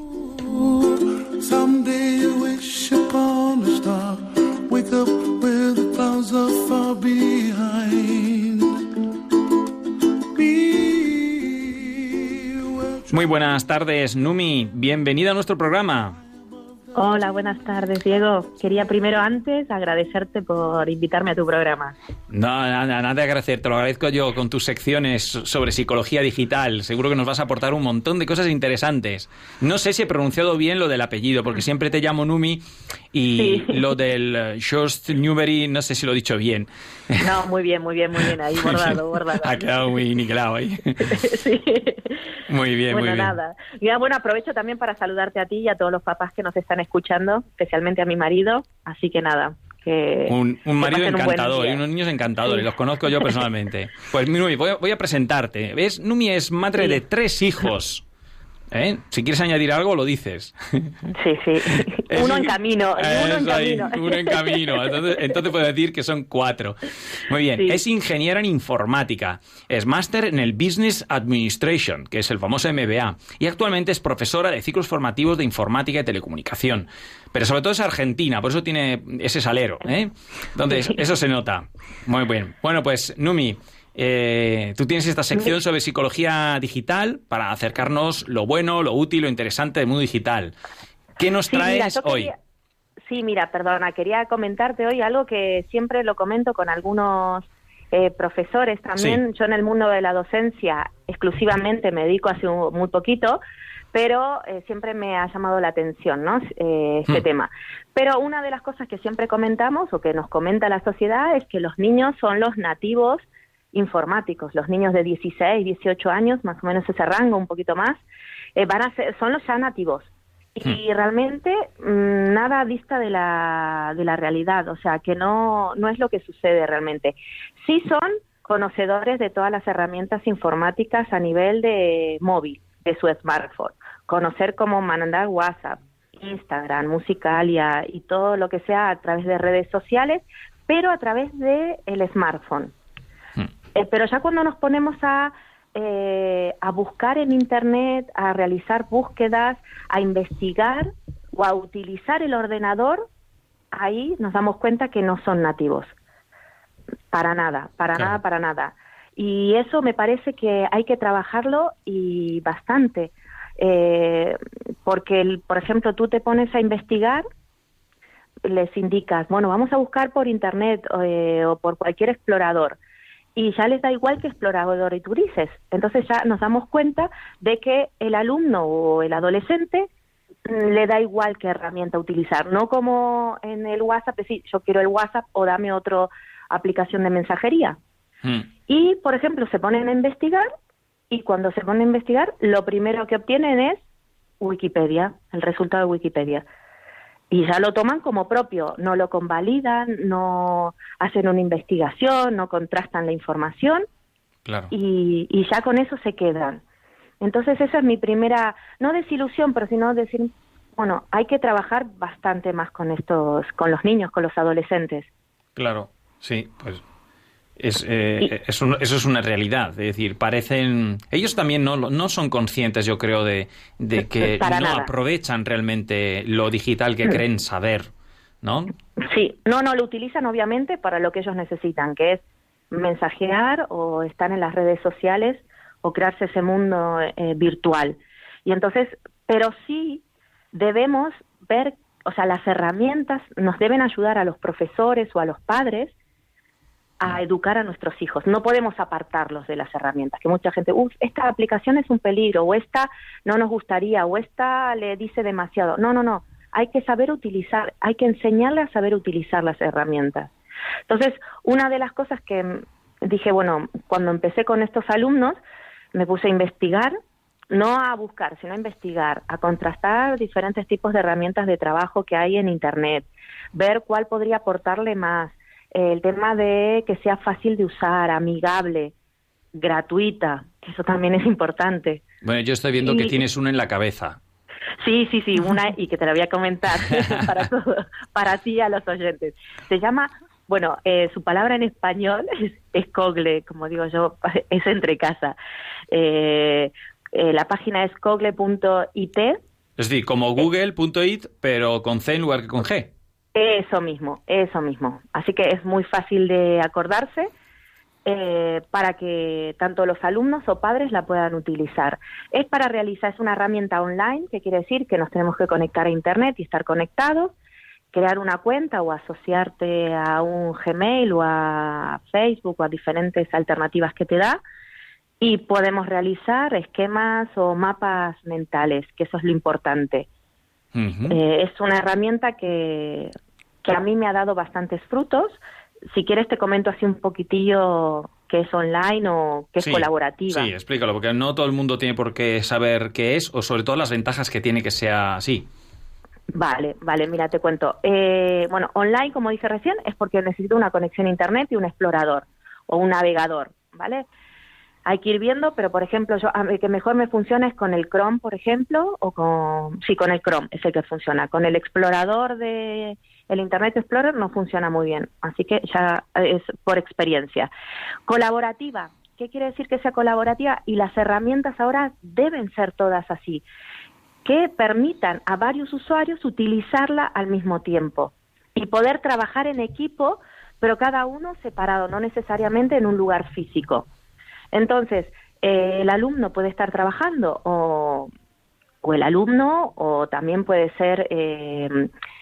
Muy buenas tardes, Numi. Bienvenida a nuestro programa. Hola, buenas tardes, Diego. Quería primero antes agradecerte por invitarme a tu programa. No, nada, nada de agradecer, te lo agradezco yo con tus secciones sobre psicología digital. Seguro que nos vas a aportar un montón de cosas interesantes. No sé si he pronunciado bien lo del apellido, porque siempre te llamo Numi y sí. Lo del Sjost-Newbery no sé si lo he dicho bien. No, muy bien, muy bien, muy bien. Ahí, bordado, bordado. Ha quedado muy niquelado ahí. Sí. Muy bien, bueno, muy bien. Nada. Ya, bueno, aprovecho también para saludarte a ti y a todos los papás que nos están escuchando, especialmente a mi marido. Así que nada, que un, un marido encantador un y unos niños encantadores, sí. Los conozco yo personalmente. Pues Numi, voy a, voy a presentarte. ¿Ves? Numi es madre sí. de tres hijos. ¿Eh? Si quieres añadir algo, lo dices. Sí, sí. Uno en camino. Uno en camino. Ahí, uno en camino. Entonces, entonces puedo decir que son cuatro. Muy bien. Sí. Es ingeniera en informática. Es máster en el Business Administration, que es el famoso M B A. Y actualmente es profesora de ciclos formativos de informática y telecomunicación. Pero sobre todo es argentina, por eso tiene ese salero, ¿eh? Entonces, eso se nota. Muy bien. Bueno, pues, Numi... Eh, tú tienes esta sección sobre psicología digital para acercarnos lo bueno, lo útil, lo interesante del mundo digital. ¿Qué nos traes sí, mira, hoy? Quería, sí, mira, perdona, quería comentarte hoy algo que siempre lo comento con algunos eh, profesores también. Sí. Yo en el mundo de la docencia exclusivamente me dedico hace un, muy poquito, pero eh, siempre me ha llamado la atención, ¿no? Eh, este hmm. tema. Pero una de las cosas que siempre comentamos o que nos comenta la sociedad es que los niños son los nativos informáticos. Los niños de dieciséis, dieciocho años, más o menos ese rango, un poquito más, eh, van a ser, son los ya nativos. Y realmente mmm, nada dista de la de la realidad, o sea, que no no es lo que sucede realmente. Sí son conocedores de todas las herramientas informáticas a nivel de móvil, de su smartphone, conocer cómo mandar WhatsApp, Instagram, Musicalia y todo lo que sea a través de redes sociales, pero a través de el smartphone. Hmm. Eh, pero ya cuando nos ponemos a Eh, a buscar en Internet, a realizar búsquedas, a investigar o a utilizar el ordenador, ahí nos damos cuenta que no son nativos. Para nada, para claro. nada, para nada. Y eso me parece que hay que trabajarlo y bastante. Eh, porque, el, por ejemplo, tú te pones a investigar, les indicas, bueno, vamos a buscar por Internet eh, o por cualquier explorador. Y ya les da igual que explorador utilices. Entonces ya nos damos cuenta de que el alumno o el adolescente le da igual qué herramienta utilizar. No como en el WhatsApp, decir, yo quiero el WhatsApp o dame otra aplicación de mensajería. Hmm. Y, por ejemplo, se ponen a investigar y cuando se ponen a investigar, lo primero que obtienen es Wikipedia, el resultado de Wikipedia. Y ya lo toman como propio, no lo convalidan, no hacen una investigación, no contrastan la información claro. y, y ya con eso se quedan. Entonces esa es mi primera, no desilusión, pero sino decir, bueno, hay que trabajar bastante más con estos, con los niños, con los adolescentes. Claro, sí, pues es, eh, es un, eso es una realidad, es decir, parecen, ellos también no, no son conscientes, yo creo, de, de que Para no nada. aprovechan realmente lo digital que creen saber, ¿no? Sí, no, no, lo utilizan obviamente para lo que ellos necesitan, que es mensajear o estar en las redes sociales o crearse ese mundo eh, virtual. Y entonces, pero sí debemos ver, o sea, las herramientas nos deben ayudar a los profesores o a los padres a educar a nuestros hijos. No podemos apartarlos de las herramientas, que mucha gente, uff, esta aplicación es un peligro, o esta no nos gustaría, o esta le dice demasiado. No, no, no, hay que saber utilizar, hay que enseñarle a saber utilizar las herramientas. Entonces, una de las cosas que dije, bueno, cuando empecé con estos alumnos, me puse a investigar, no a buscar, sino a investigar, a contrastar diferentes tipos de herramientas de trabajo que hay en Internet, ver cuál podría aportarle más, el tema de que sea fácil de usar, amigable, gratuita, que eso también es importante. Bueno, yo estoy viendo y... que tienes una en la cabeza. Sí, sí, sí, una y que te la voy a comentar para todo, para ti y a los oyentes. Se llama, bueno, eh, su palabra en español es, es Cogle, como digo yo, es entre casa. Eh, eh, la página es cogle punto it. Es decir, como google punto it, pero con C en lugar que con G. Eso mismo, eso mismo. Así que es muy fácil de acordarse eh, para que tanto los alumnos o padres la puedan utilizar. Es para realizar, es una herramienta online, que quiere decir que nos tenemos que conectar a Internet y estar conectados, crear una cuenta o asociarte a un Gmail o a Facebook o a diferentes alternativas que te da y podemos realizar esquemas o mapas mentales, que eso es lo importante. Uh-huh. Eh, es una herramienta que, que a mí me ha dado bastantes frutos. Si quieres te comento así un poquitillo qué es online o qué es sí, colaborativa. Sí, explícalo, porque no todo el mundo tiene por qué saber qué es o sobre todo las ventajas que tiene que sea así. Vale, vale, mira, te cuento. Eh, bueno, online, como dije recién, es porque necesito una conexión a Internet y un explorador o un navegador, ¿vale? Hay que ir viendo, pero por ejemplo, yo, a que mejor me funciona es con el Chrome, por ejemplo, o con, sí, con el Chrome es el que funciona. Con el explorador de el Internet Explorer no funciona muy bien, así que ya es por experiencia. Colaborativa, ¿qué quiere decir que sea colaborativa? Y las herramientas ahora deben ser todas así, que permitan a varios usuarios utilizarla al mismo tiempo y poder trabajar en equipo, pero cada uno separado, no necesariamente en un lugar físico. Entonces, eh, el alumno puede estar trabajando o, o el alumno, o también puede ser eh,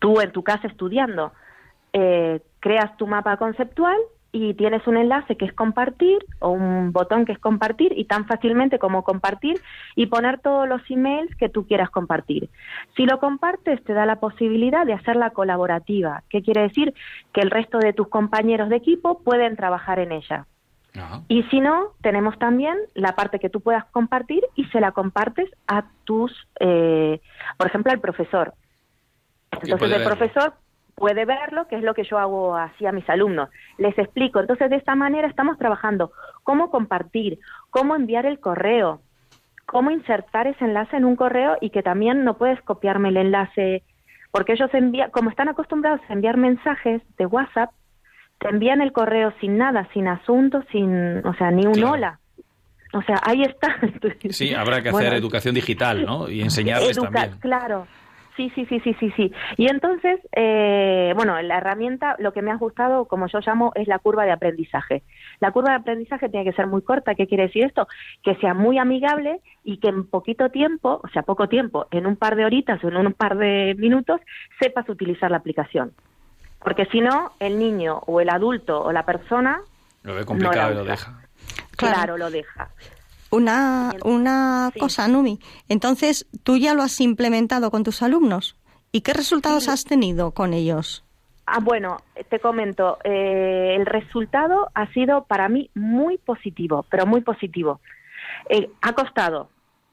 tú en tu casa estudiando, eh, creas tu mapa conceptual y tienes un enlace que es compartir o un botón que es compartir y tan fácilmente como compartir y poner todos los emails que tú quieras compartir. Si lo compartes te da la posibilidad de hacerla colaborativa. ¿Qué quiere decir? Que el resto de tus compañeros de equipo pueden trabajar en ella. Uh-huh. Y si no, tenemos también la parte que tú puedas compartir y se la compartes a tus, eh, por ejemplo, al profesor. Entonces el profesor puede verlo, que es lo que yo hago así a mis alumnos. Les explico. Entonces, de esta manera estamos trabajando cómo compartir, cómo enviar el correo, cómo insertar ese enlace en un correo y que también no puedes copiarme el enlace, porque ellos envían, como están acostumbrados a enviar mensajes de WhatsApp, te envían el correo sin nada, sin asunto, sin, o sea, ni un claro. hola. O sea, ahí está. Sí, habrá que hacer bueno, educación digital, ¿no? Y enseñarles educa- también. Claro. Sí, sí, sí, sí, sí, sí. Y entonces, eh, bueno, la herramienta, lo que me ha gustado, como yo llamo, es la curva de aprendizaje. La curva de aprendizaje tiene que ser muy corta. ¿Qué quiere decir esto? Que sea muy amigable y que en poquito tiempo, o sea, poco tiempo, en un par de horitas o en un par de minutos, sepas utilizar la aplicación. Porque si no, el niño o el adulto o la persona lo ve complicado no y lo deja. Claro, claro lo deja. Una, una sí. cosa, Numi. Entonces, ¿tú ya lo has implementado con tus alumnos? ¿Y qué resultados sí. has tenido con ellos? Ah, bueno, te comento. Eh, el resultado ha sido para mí muy positivo, pero muy positivo. Eh, ha costado.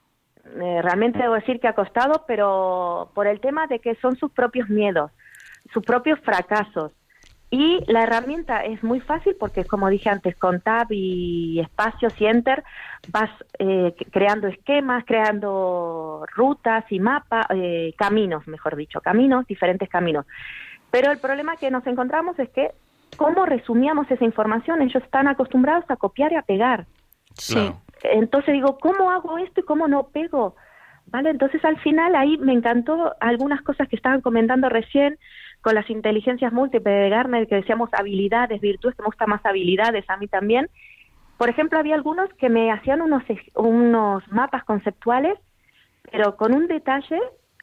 Eh, realmente debo decir que ha costado, pero por el tema de que son sus propios miedos, sus propios fracasos. Y la herramienta es muy fácil porque, como dije antes, con Tab y espacios y Enter vas eh, creando esquemas, creando rutas y mapas, eh, caminos, mejor dicho, caminos, diferentes caminos. Pero el problema que nos encontramos es que, ¿cómo resumíamos esa información? Ellos están acostumbrados a copiar y a pegar. Sí. Claro. Entonces digo, ¿cómo hago esto y cómo no pego? ¿Vale? Entonces al final ahí me encantó algunas cosas que estaban comentando recién con las inteligencias múltiples de Gartner, que decíamos habilidades, virtudes, que me gustan más habilidades, a mí también. Por ejemplo, había algunos que me hacían unos, unos mapas conceptuales, pero con un detalle,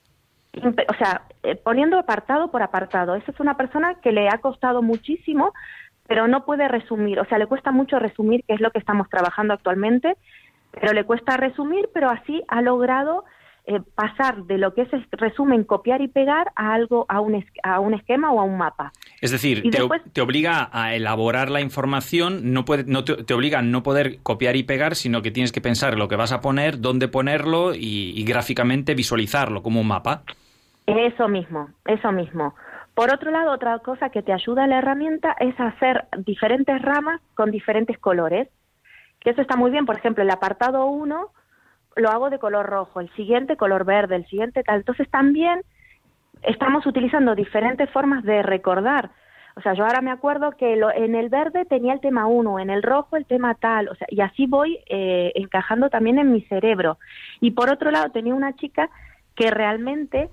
o sea, eh, poniendo apartado por apartado. Esa es una persona que le ha costado muchísimo, pero no puede resumir, o sea, le cuesta mucho resumir, que es lo que estamos trabajando actualmente, pero le cuesta resumir, pero así ha logrado eh, pasar de lo que es el resumen, copiar y pegar a algo, a un, es, a un esquema o a un mapa. Es decir, te, después, te obliga a elaborar la información, no, puede, no te, te obliga a no poder copiar y pegar, sino que tienes que pensar lo que vas a poner, dónde ponerlo y, y gráficamente visualizarlo como un mapa. Eso mismo, eso mismo. Por otro lado, otra cosa que te ayuda la herramienta es hacer diferentes ramas con diferentes colores. Que eso está muy bien. Por ejemplo, el apartado uno lo hago de color rojo, el siguiente color verde, el siguiente tal. Entonces también estamos utilizando diferentes formas de recordar. O sea, yo ahora me acuerdo que lo, en el verde tenía el tema uno, en el rojo el tema tal, o sea, y así voy eh, encajando también en mi cerebro. Y por otro lado tenía una chica que realmente,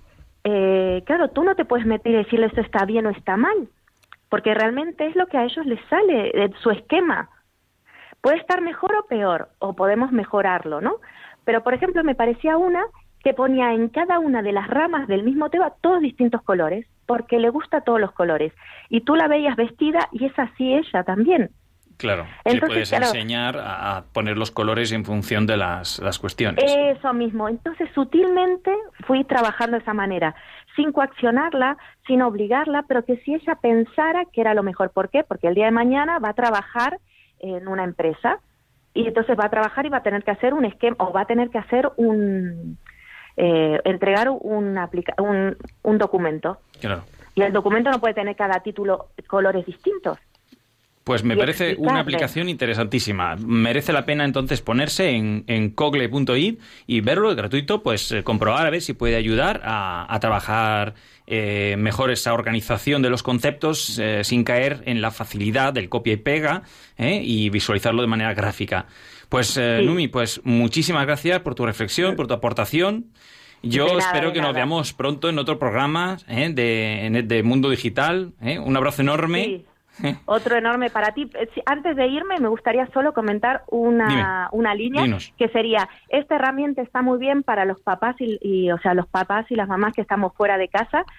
eh, claro, tú no te puedes meter y decirle esto está bien o está mal, porque realmente es lo que a ellos les sale, de su esquema. Puede estar mejor o peor, o podemos mejorarlo, ¿no? Pero, por ejemplo, me parecía una que ponía en cada una de las ramas del mismo tema todos distintos colores, porque le gusta todos los colores. Y tú la veías vestida y es así ella también. Claro, entonces, le puedes claro, enseñar a poner los colores en función de las, las cuestiones. Eso mismo. Entonces, sutilmente fui trabajando de esa manera, sin coaccionarla, sin obligarla, pero que si ella pensara que era lo mejor. ¿Por qué? Porque el día de mañana va a trabajar en una empresa y entonces va a trabajar y va a tener que hacer un esquema o va a tener que hacer un eh, entregar un, aplica- un, un documento. Claro. Y el documento no puede tener cada título colores distintos. Pues me parece una aplicación interesantísima. Merece la pena entonces ponerse en, en cogle punto it y verlo, es gratuito, pues eh, comprobar a ver si puede ayudar a, a trabajar eh, mejor esa organización de los conceptos eh, sin caer en la facilidad del copia y pega eh, y visualizarlo de manera gráfica. Pues eh, sí. Numi, pues muchísimas gracias por tu reflexión, por tu aportación. Yo nada, espero que nos veamos pronto en otro programa eh, de, de Mundo Digital. Eh. Un abrazo enorme. Sí. Otro enorme para ti. Antes de irme, me gustaría solo comentar una, una línea. Dinos. Que sería, esta herramienta está muy bien para los papás y, y, o sea, los papás y las mamás que estamos fuera de casa,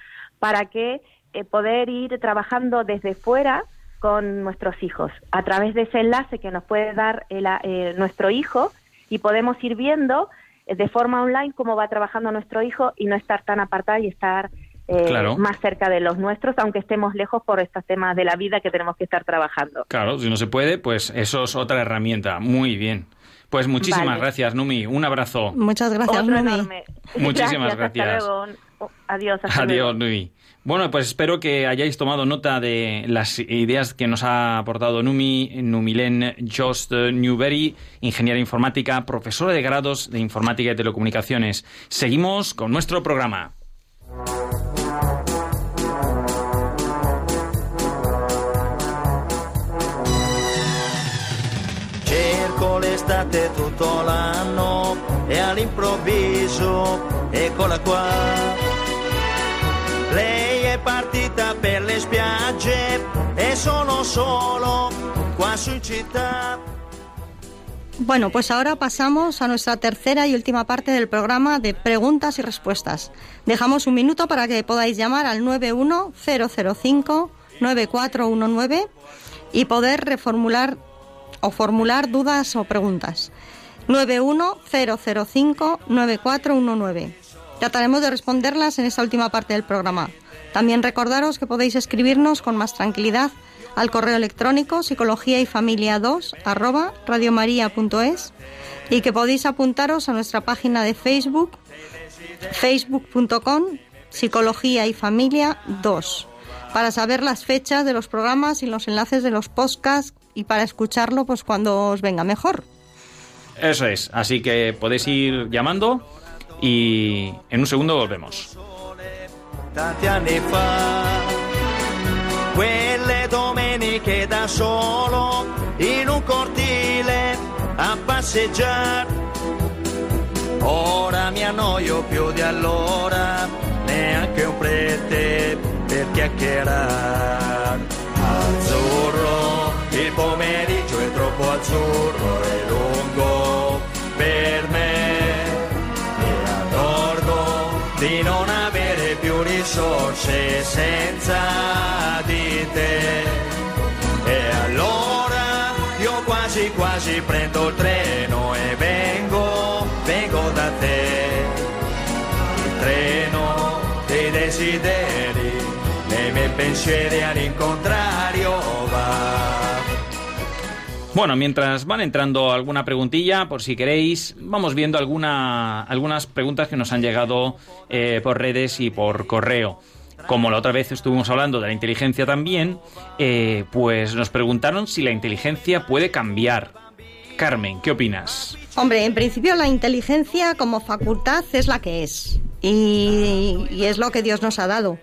para que eh, poder ir trabajando desde fuera con nuestros hijos, a través de ese enlace que nos puede dar el, eh, nuestro hijo, y podemos ir viendo eh, de forma online cómo va trabajando nuestro hijo y no estar tan apartado y estar eh, claro. más cerca de los nuestros, aunque estemos lejos por estos temas de la vida que tenemos que estar trabajando. Claro, si no se puede, pues eso es otra herramienta. Muy bien. Pues muchísimas vale. gracias, Numi. Un abrazo. Muchas gracias, Otro Numi. Enorme. Muchísimas gracias. gracias. Hasta luego. Adiós. Hasta Adiós, luego. Numi. Bueno, pues espero que hayáis tomado nota de las ideas que nos ha aportado Numi, Numilén Jost Newbery, ingeniera informática, profesora de grados de informática y telecomunicaciones. Seguimos con nuestro programa. Cerco l'estate tutto l'anno e all'improvviso eccola qua. Lei è partita per le spiagge e sono solo qua su in città. Bueno, pues ahora pasamos a nuestra tercera y última parte del programa de preguntas y respuestas. Dejamos un minuto para que podáis llamar al nueve uno cero cero cinco nueve cuatro uno nueve y poder reformular o formular dudas o preguntas. nueve uno cero cero cinco nueve cuatro uno nueve. Trataremos de responderlas en esta última parte del programa. También recordaros que podéis escribirnos con más tranquilidad al correo electrónico psicología y familia dos arroba radiomaria.es y que podéis apuntaros a nuestra página de Facebook, facebook punto com psicología y familia dos, para saber las fechas de los programas y los enlaces de los podcasts y para escucharlo pues cuando os venga mejor. Eso es, así que podéis ir llamando y en un segundo volvemos. Tanti anni fa, quelle domeniche da solo in un cortile a passeggiare. Ora mi annoio più di allora, neanche un prete per chiacchierare. Azzurro, il pomeriggio è troppo azzurro e lungo per me. Mi accorgo di non avere più risorse senza di te. E allora io quasi quasi prendo il treno e vengo, vengo da te. Il treno dei desideri, nei miei pensieri all'incontrario va. Bueno, mientras van entrando alguna preguntilla, por si queréis, vamos viendo alguna, algunas preguntas que nos han llegado eh, por redes y por correo. Como la otra vez estuvimos hablando de la inteligencia también, eh, pues nos preguntaron si la inteligencia puede cambiar. Carmen, ¿qué opinas? Hombre, en principio la inteligencia como facultad es la que es y, y es lo que Dios nos ha dado.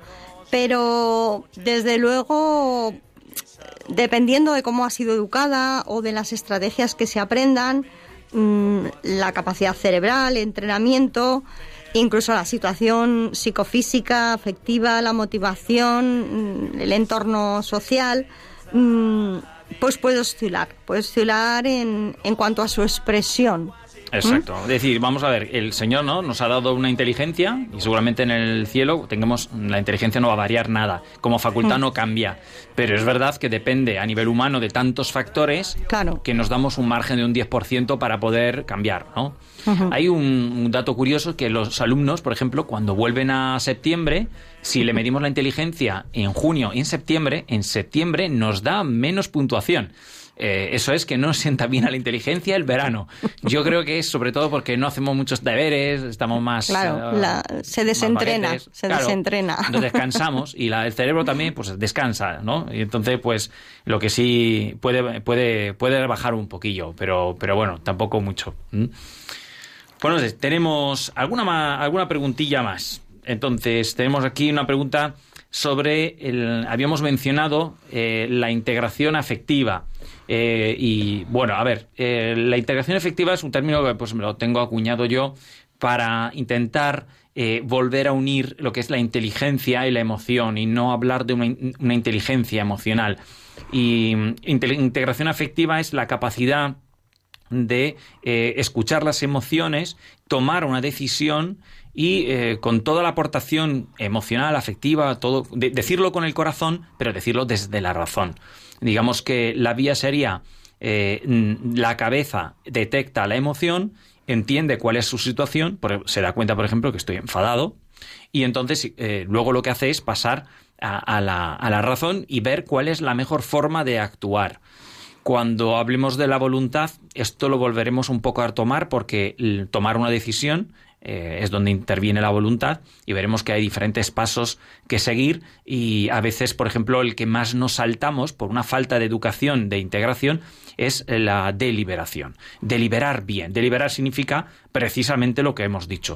Pero desde luego, dependiendo de cómo ha sido educada o de las estrategias que se aprendan, mmm, la capacidad cerebral, el entrenamiento, incluso la situación psicofísica, afectiva, la motivación, el entorno social, mmm, pues puede oscilar, puede oscilar en, en cuanto a su expresión. Exacto, es decir, vamos a ver, el Señor, ¿no?, nos ha dado una inteligencia y seguramente en el cielo tengamos, la inteligencia no va a variar nada, como facultad no cambia, pero es verdad que depende a nivel humano de tantos factores, claro, que nos damos un margen de un diez por ciento para poder cambiar, ¿no? Uh-huh. Hay un, un dato curioso que los alumnos, por ejemplo, cuando vuelven a septiembre, si le medimos la inteligencia en junio y en septiembre, en septiembre nos da menos puntuación. Eh, eso es que no sienta bien a la inteligencia el verano. Yo creo que es sobre todo porque no hacemos muchos deberes, estamos más... Claro, uh, la, se desentrena, se claro, desentrena. Nos descansamos y la, el cerebro también pues descansa, ¿no? Y entonces, pues, lo que sí puede puede puede bajar un poquillo, pero pero bueno, tampoco mucho. ¿Mm? Bueno, tenemos alguna ma, alguna preguntilla más. Entonces, tenemos aquí una pregunta sobre el... Habíamos mencionado eh, la integración afectiva. Eh, y, bueno, a ver, eh, la integración afectiva es un término que pues me lo tengo acuñado yo para intentar eh, volver a unir lo que es la inteligencia y la emoción y no hablar de una, una inteligencia emocional. Y inte- integración afectiva es la capacidad de eh, escuchar las emociones, tomar una decisión y eh, con toda la aportación emocional, afectiva, todo, de, decirlo con el corazón, pero decirlo desde la razón. Digamos que la vía sería, eh, la cabeza detecta la emoción, entiende cuál es su situación, se da cuenta, por ejemplo, que estoy enfadado, y entonces eh, luego lo que hace es pasar a, a, la, a la razón y ver cuál es la mejor forma de actuar. Cuando hablemos de la voluntad, esto lo volveremos un poco a tomar, porque el tomar una decisión eh, es donde interviene la voluntad, y veremos que hay diferentes pasos que seguir, y a veces, por ejemplo, el que más nos saltamos por una falta de educación, de integración, es la deliberación. Deliberar bien. Deliberar significa precisamente lo que hemos dicho.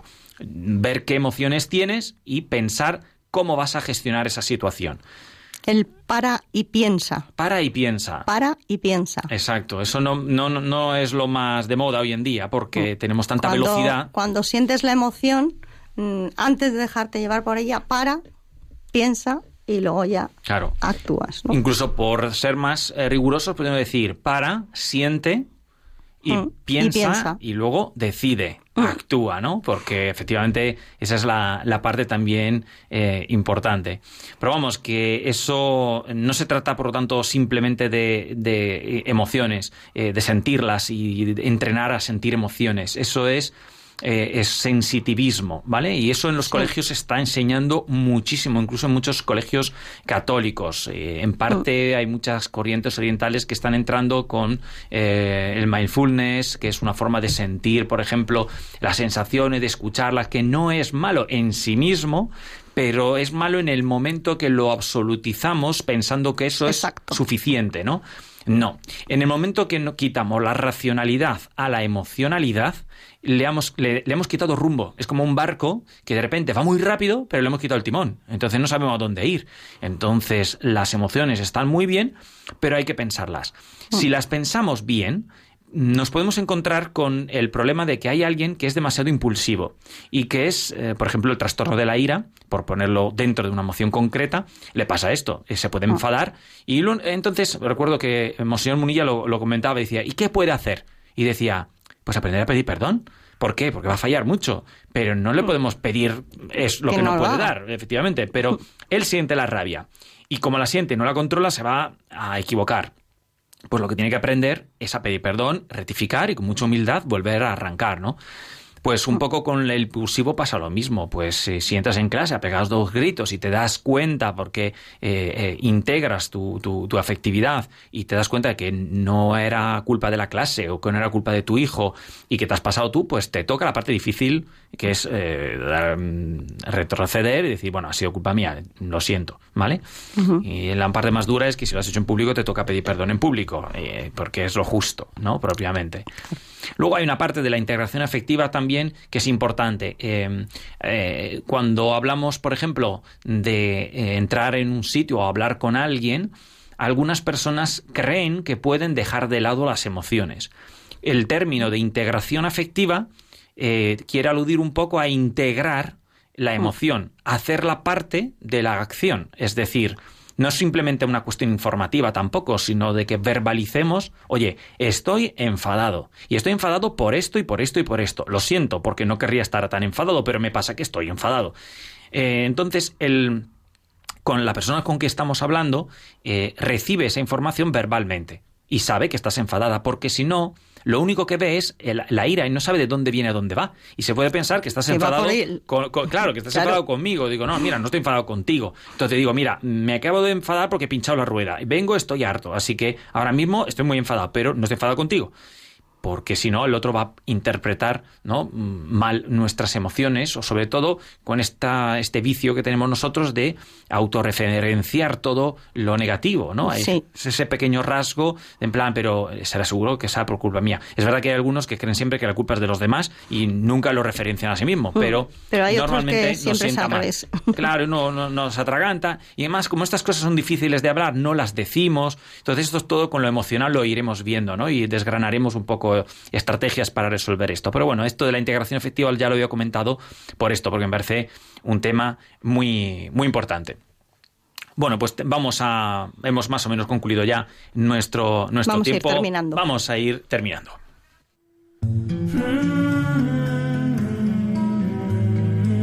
Ver qué emociones tienes y pensar cómo vas a gestionar esa situación. El para y piensa. Para y piensa. Para y piensa. Exacto. Eso no, no, no es lo más de moda hoy en día, porque mm. tenemos tanta cuando, velocidad. Cuando sientes la emoción, mmm, antes de dejarte llevar por ella, para, piensa y luego ya claro. actúas, ¿no? Incluso por ser más eh, rigurosos, podemos decir para, siente y, mm. piensa, y piensa y luego decide. Actúa, ¿no? Porque efectivamente esa es la, la parte también eh, importante. Pero vamos, que eso no se trata, por lo tanto, simplemente de, de emociones, eh, de sentirlas y de entrenar a sentir emociones. Eso es... Eh, es sensitivismo, ¿vale? Y eso en los sí. colegios se está enseñando muchísimo, incluso en muchos colegios católicos. Eh, en parte mm. hay muchas corrientes orientales que están entrando con eh, el mindfulness, que es una forma de sentir, por ejemplo, las sensaciones, de escucharlas, que no es malo en sí mismo, pero es malo en el momento que lo absolutizamos pensando que eso Exacto. es suficiente, ¿no? No. En el momento que no quitamos la racionalidad a la emocionalidad, le hemos, le, le hemos quitado rumbo. Es como un barco que de repente va muy rápido, pero le hemos quitado el timón. Entonces no sabemos a dónde ir. Entonces las emociones están muy bien, pero hay que pensarlas. Si las pensamos bien, nos podemos encontrar con el problema de que hay alguien que es demasiado impulsivo y que es, eh, por ejemplo, el trastorno de la ira, por ponerlo dentro de una emoción concreta, le pasa esto, se puede enfadar y lo, entonces recuerdo que Monseñor Munilla lo, lo comentaba y decía, ¿y qué puede hacer? Y decía, pues aprender a pedir perdón. ¿Por qué? Porque va a fallar mucho, pero no le podemos pedir es lo que, que no, no puede dar, efectivamente, pero él siente la rabia y como la siente y no la controla, se va a equivocar. Pues lo que tiene que aprender es a pedir perdón, rectificar y con mucha humildad volver a arrancar, ¿no? Pues un poco con el impulsivo pasa lo mismo. Pues eh, si entras en clase, pegas dos gritos y te das cuenta porque eh, eh, integras tu, tu, tu afectividad y te das cuenta de que no era culpa de la clase o que no era culpa de tu hijo y que te has pasado tú, pues te toca la parte difícil, que es eh, dar, retroceder y decir, bueno, ha sido culpa mía, lo siento, ¿vale? Uh-huh. Y la parte más dura es que si lo has hecho en público te toca pedir perdón en público, eh, porque es lo justo, ¿no? Propiamente. Luego hay una parte de la integración afectiva también que es importante. Eh, eh, cuando hablamos, por ejemplo, de eh, entrar en un sitio o hablar con alguien, algunas personas creen que pueden dejar de lado las emociones. El término de integración afectiva eh, quiere aludir un poco a integrar la emoción, hacerla parte de la acción, es decir, no es simplemente una cuestión informativa tampoco, sino de que verbalicemos, oye, estoy enfadado, y estoy enfadado por esto y por esto y por esto. Lo siento, porque no querría estar tan enfadado, pero me pasa que estoy enfadado. Eh, entonces, el, con la persona con que estamos hablando, eh, recibe esa información verbalmente y sabe que estás enfadada, porque si no, lo único que ve es el, la ira y no sabe de dónde viene a dónde va. Y se puede pensar que estás enfadado con, con, claro, que estás claro. enfadado conmigo. Digo, no, mira, no estoy enfadado contigo. Entonces digo, mira, me acabo de enfadar porque he pinchado la rueda. Vengo, estoy harto. Así que ahora mismo estoy muy enfadado, pero no estoy enfadado contigo. Porque si no, el otro va a interpretar, ¿no?, mal nuestras emociones, o sobre todo con esta, este vicio que tenemos nosotros de autorreferenciar todo lo negativo, ¿no? Sí. Es ese pequeño rasgo, en plan, pero será seguro que sea por culpa mía. Es verdad que hay algunos que creen siempre que la culpa es de los demás y nunca lo referencian a sí mismo, pero, pero hay normalmente otros que siempre nos sienta mal. Claro, no, no, nos atraganta. Y además, como estas cosas son difíciles de hablar, no las decimos. Entonces, esto es todo con lo emocional, lo iremos viendo, ¿no? Y desgranaremos un poco estrategias para resolver esto. Pero bueno, esto de la integración afectiva ya lo había comentado por esto, porque me parece un tema muy, muy importante. Bueno, pues vamos a... Hemos más o menos concluido ya nuestro, nuestro vamos tiempo. A ir terminando. Vamos a ir terminando.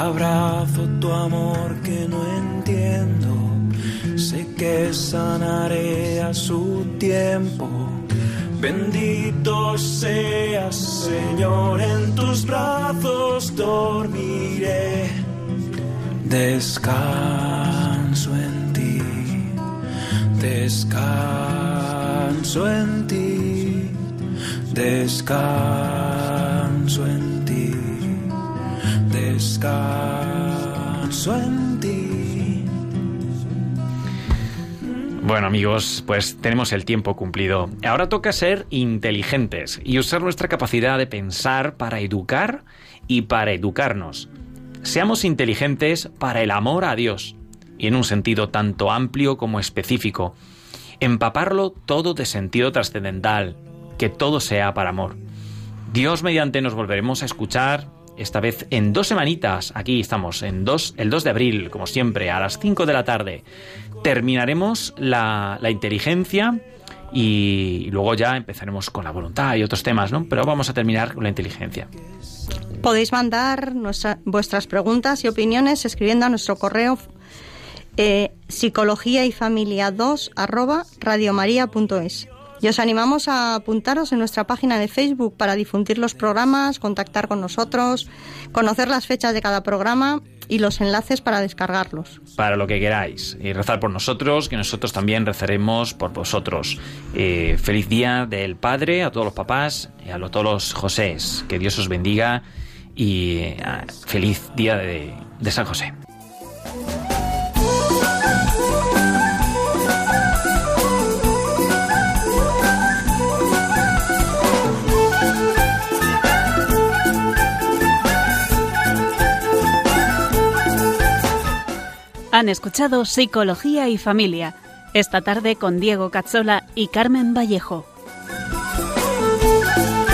Abrazo tu amor que no entiendo, sé que sanaré a su tiempo. Bendito seas, Señor, en tus brazos dormiré. Descanso en ti, descanso en ti, descanso en ti, descanso en ti. Bueno, amigos, pues tenemos el tiempo cumplido. Ahora toca ser inteligentes y usar nuestra capacidad de pensar para educar y para educarnos. Seamos inteligentes para el amor a Dios, y en un sentido tanto amplio como específico. Empaparlo todo de sentido trascendental, que todo sea para amor. Dios mediante nos volveremos a escuchar, esta vez en dos semanitas. Aquí estamos, en dos, el dos de abril, como siempre, a las cinco de la tarde. Terminaremos la, la inteligencia y luego ya empezaremos con la voluntad y otros temas, ¿no? Pero vamos a terminar con la inteligencia. Podéis mandar nuestra, vuestras preguntas y opiniones escribiendo a nuestro correo eh, psicología y familia dos arroba radiomaria punto es. Y os animamos a apuntaros en nuestra página de Facebook para difundir los programas, contactar con nosotros, conocer las fechas de cada programa y los enlaces para descargarlos. Para lo que queráis. Y rezar por nosotros, que nosotros también rezaremos por vosotros. Eh, feliz día del Padre a todos los papás y a todos los Josés. Que Dios os bendiga y eh, feliz día de, de San José. Han escuchado Psicología y Familia, esta tarde con Diego Cazzola y Carmen Vallejo.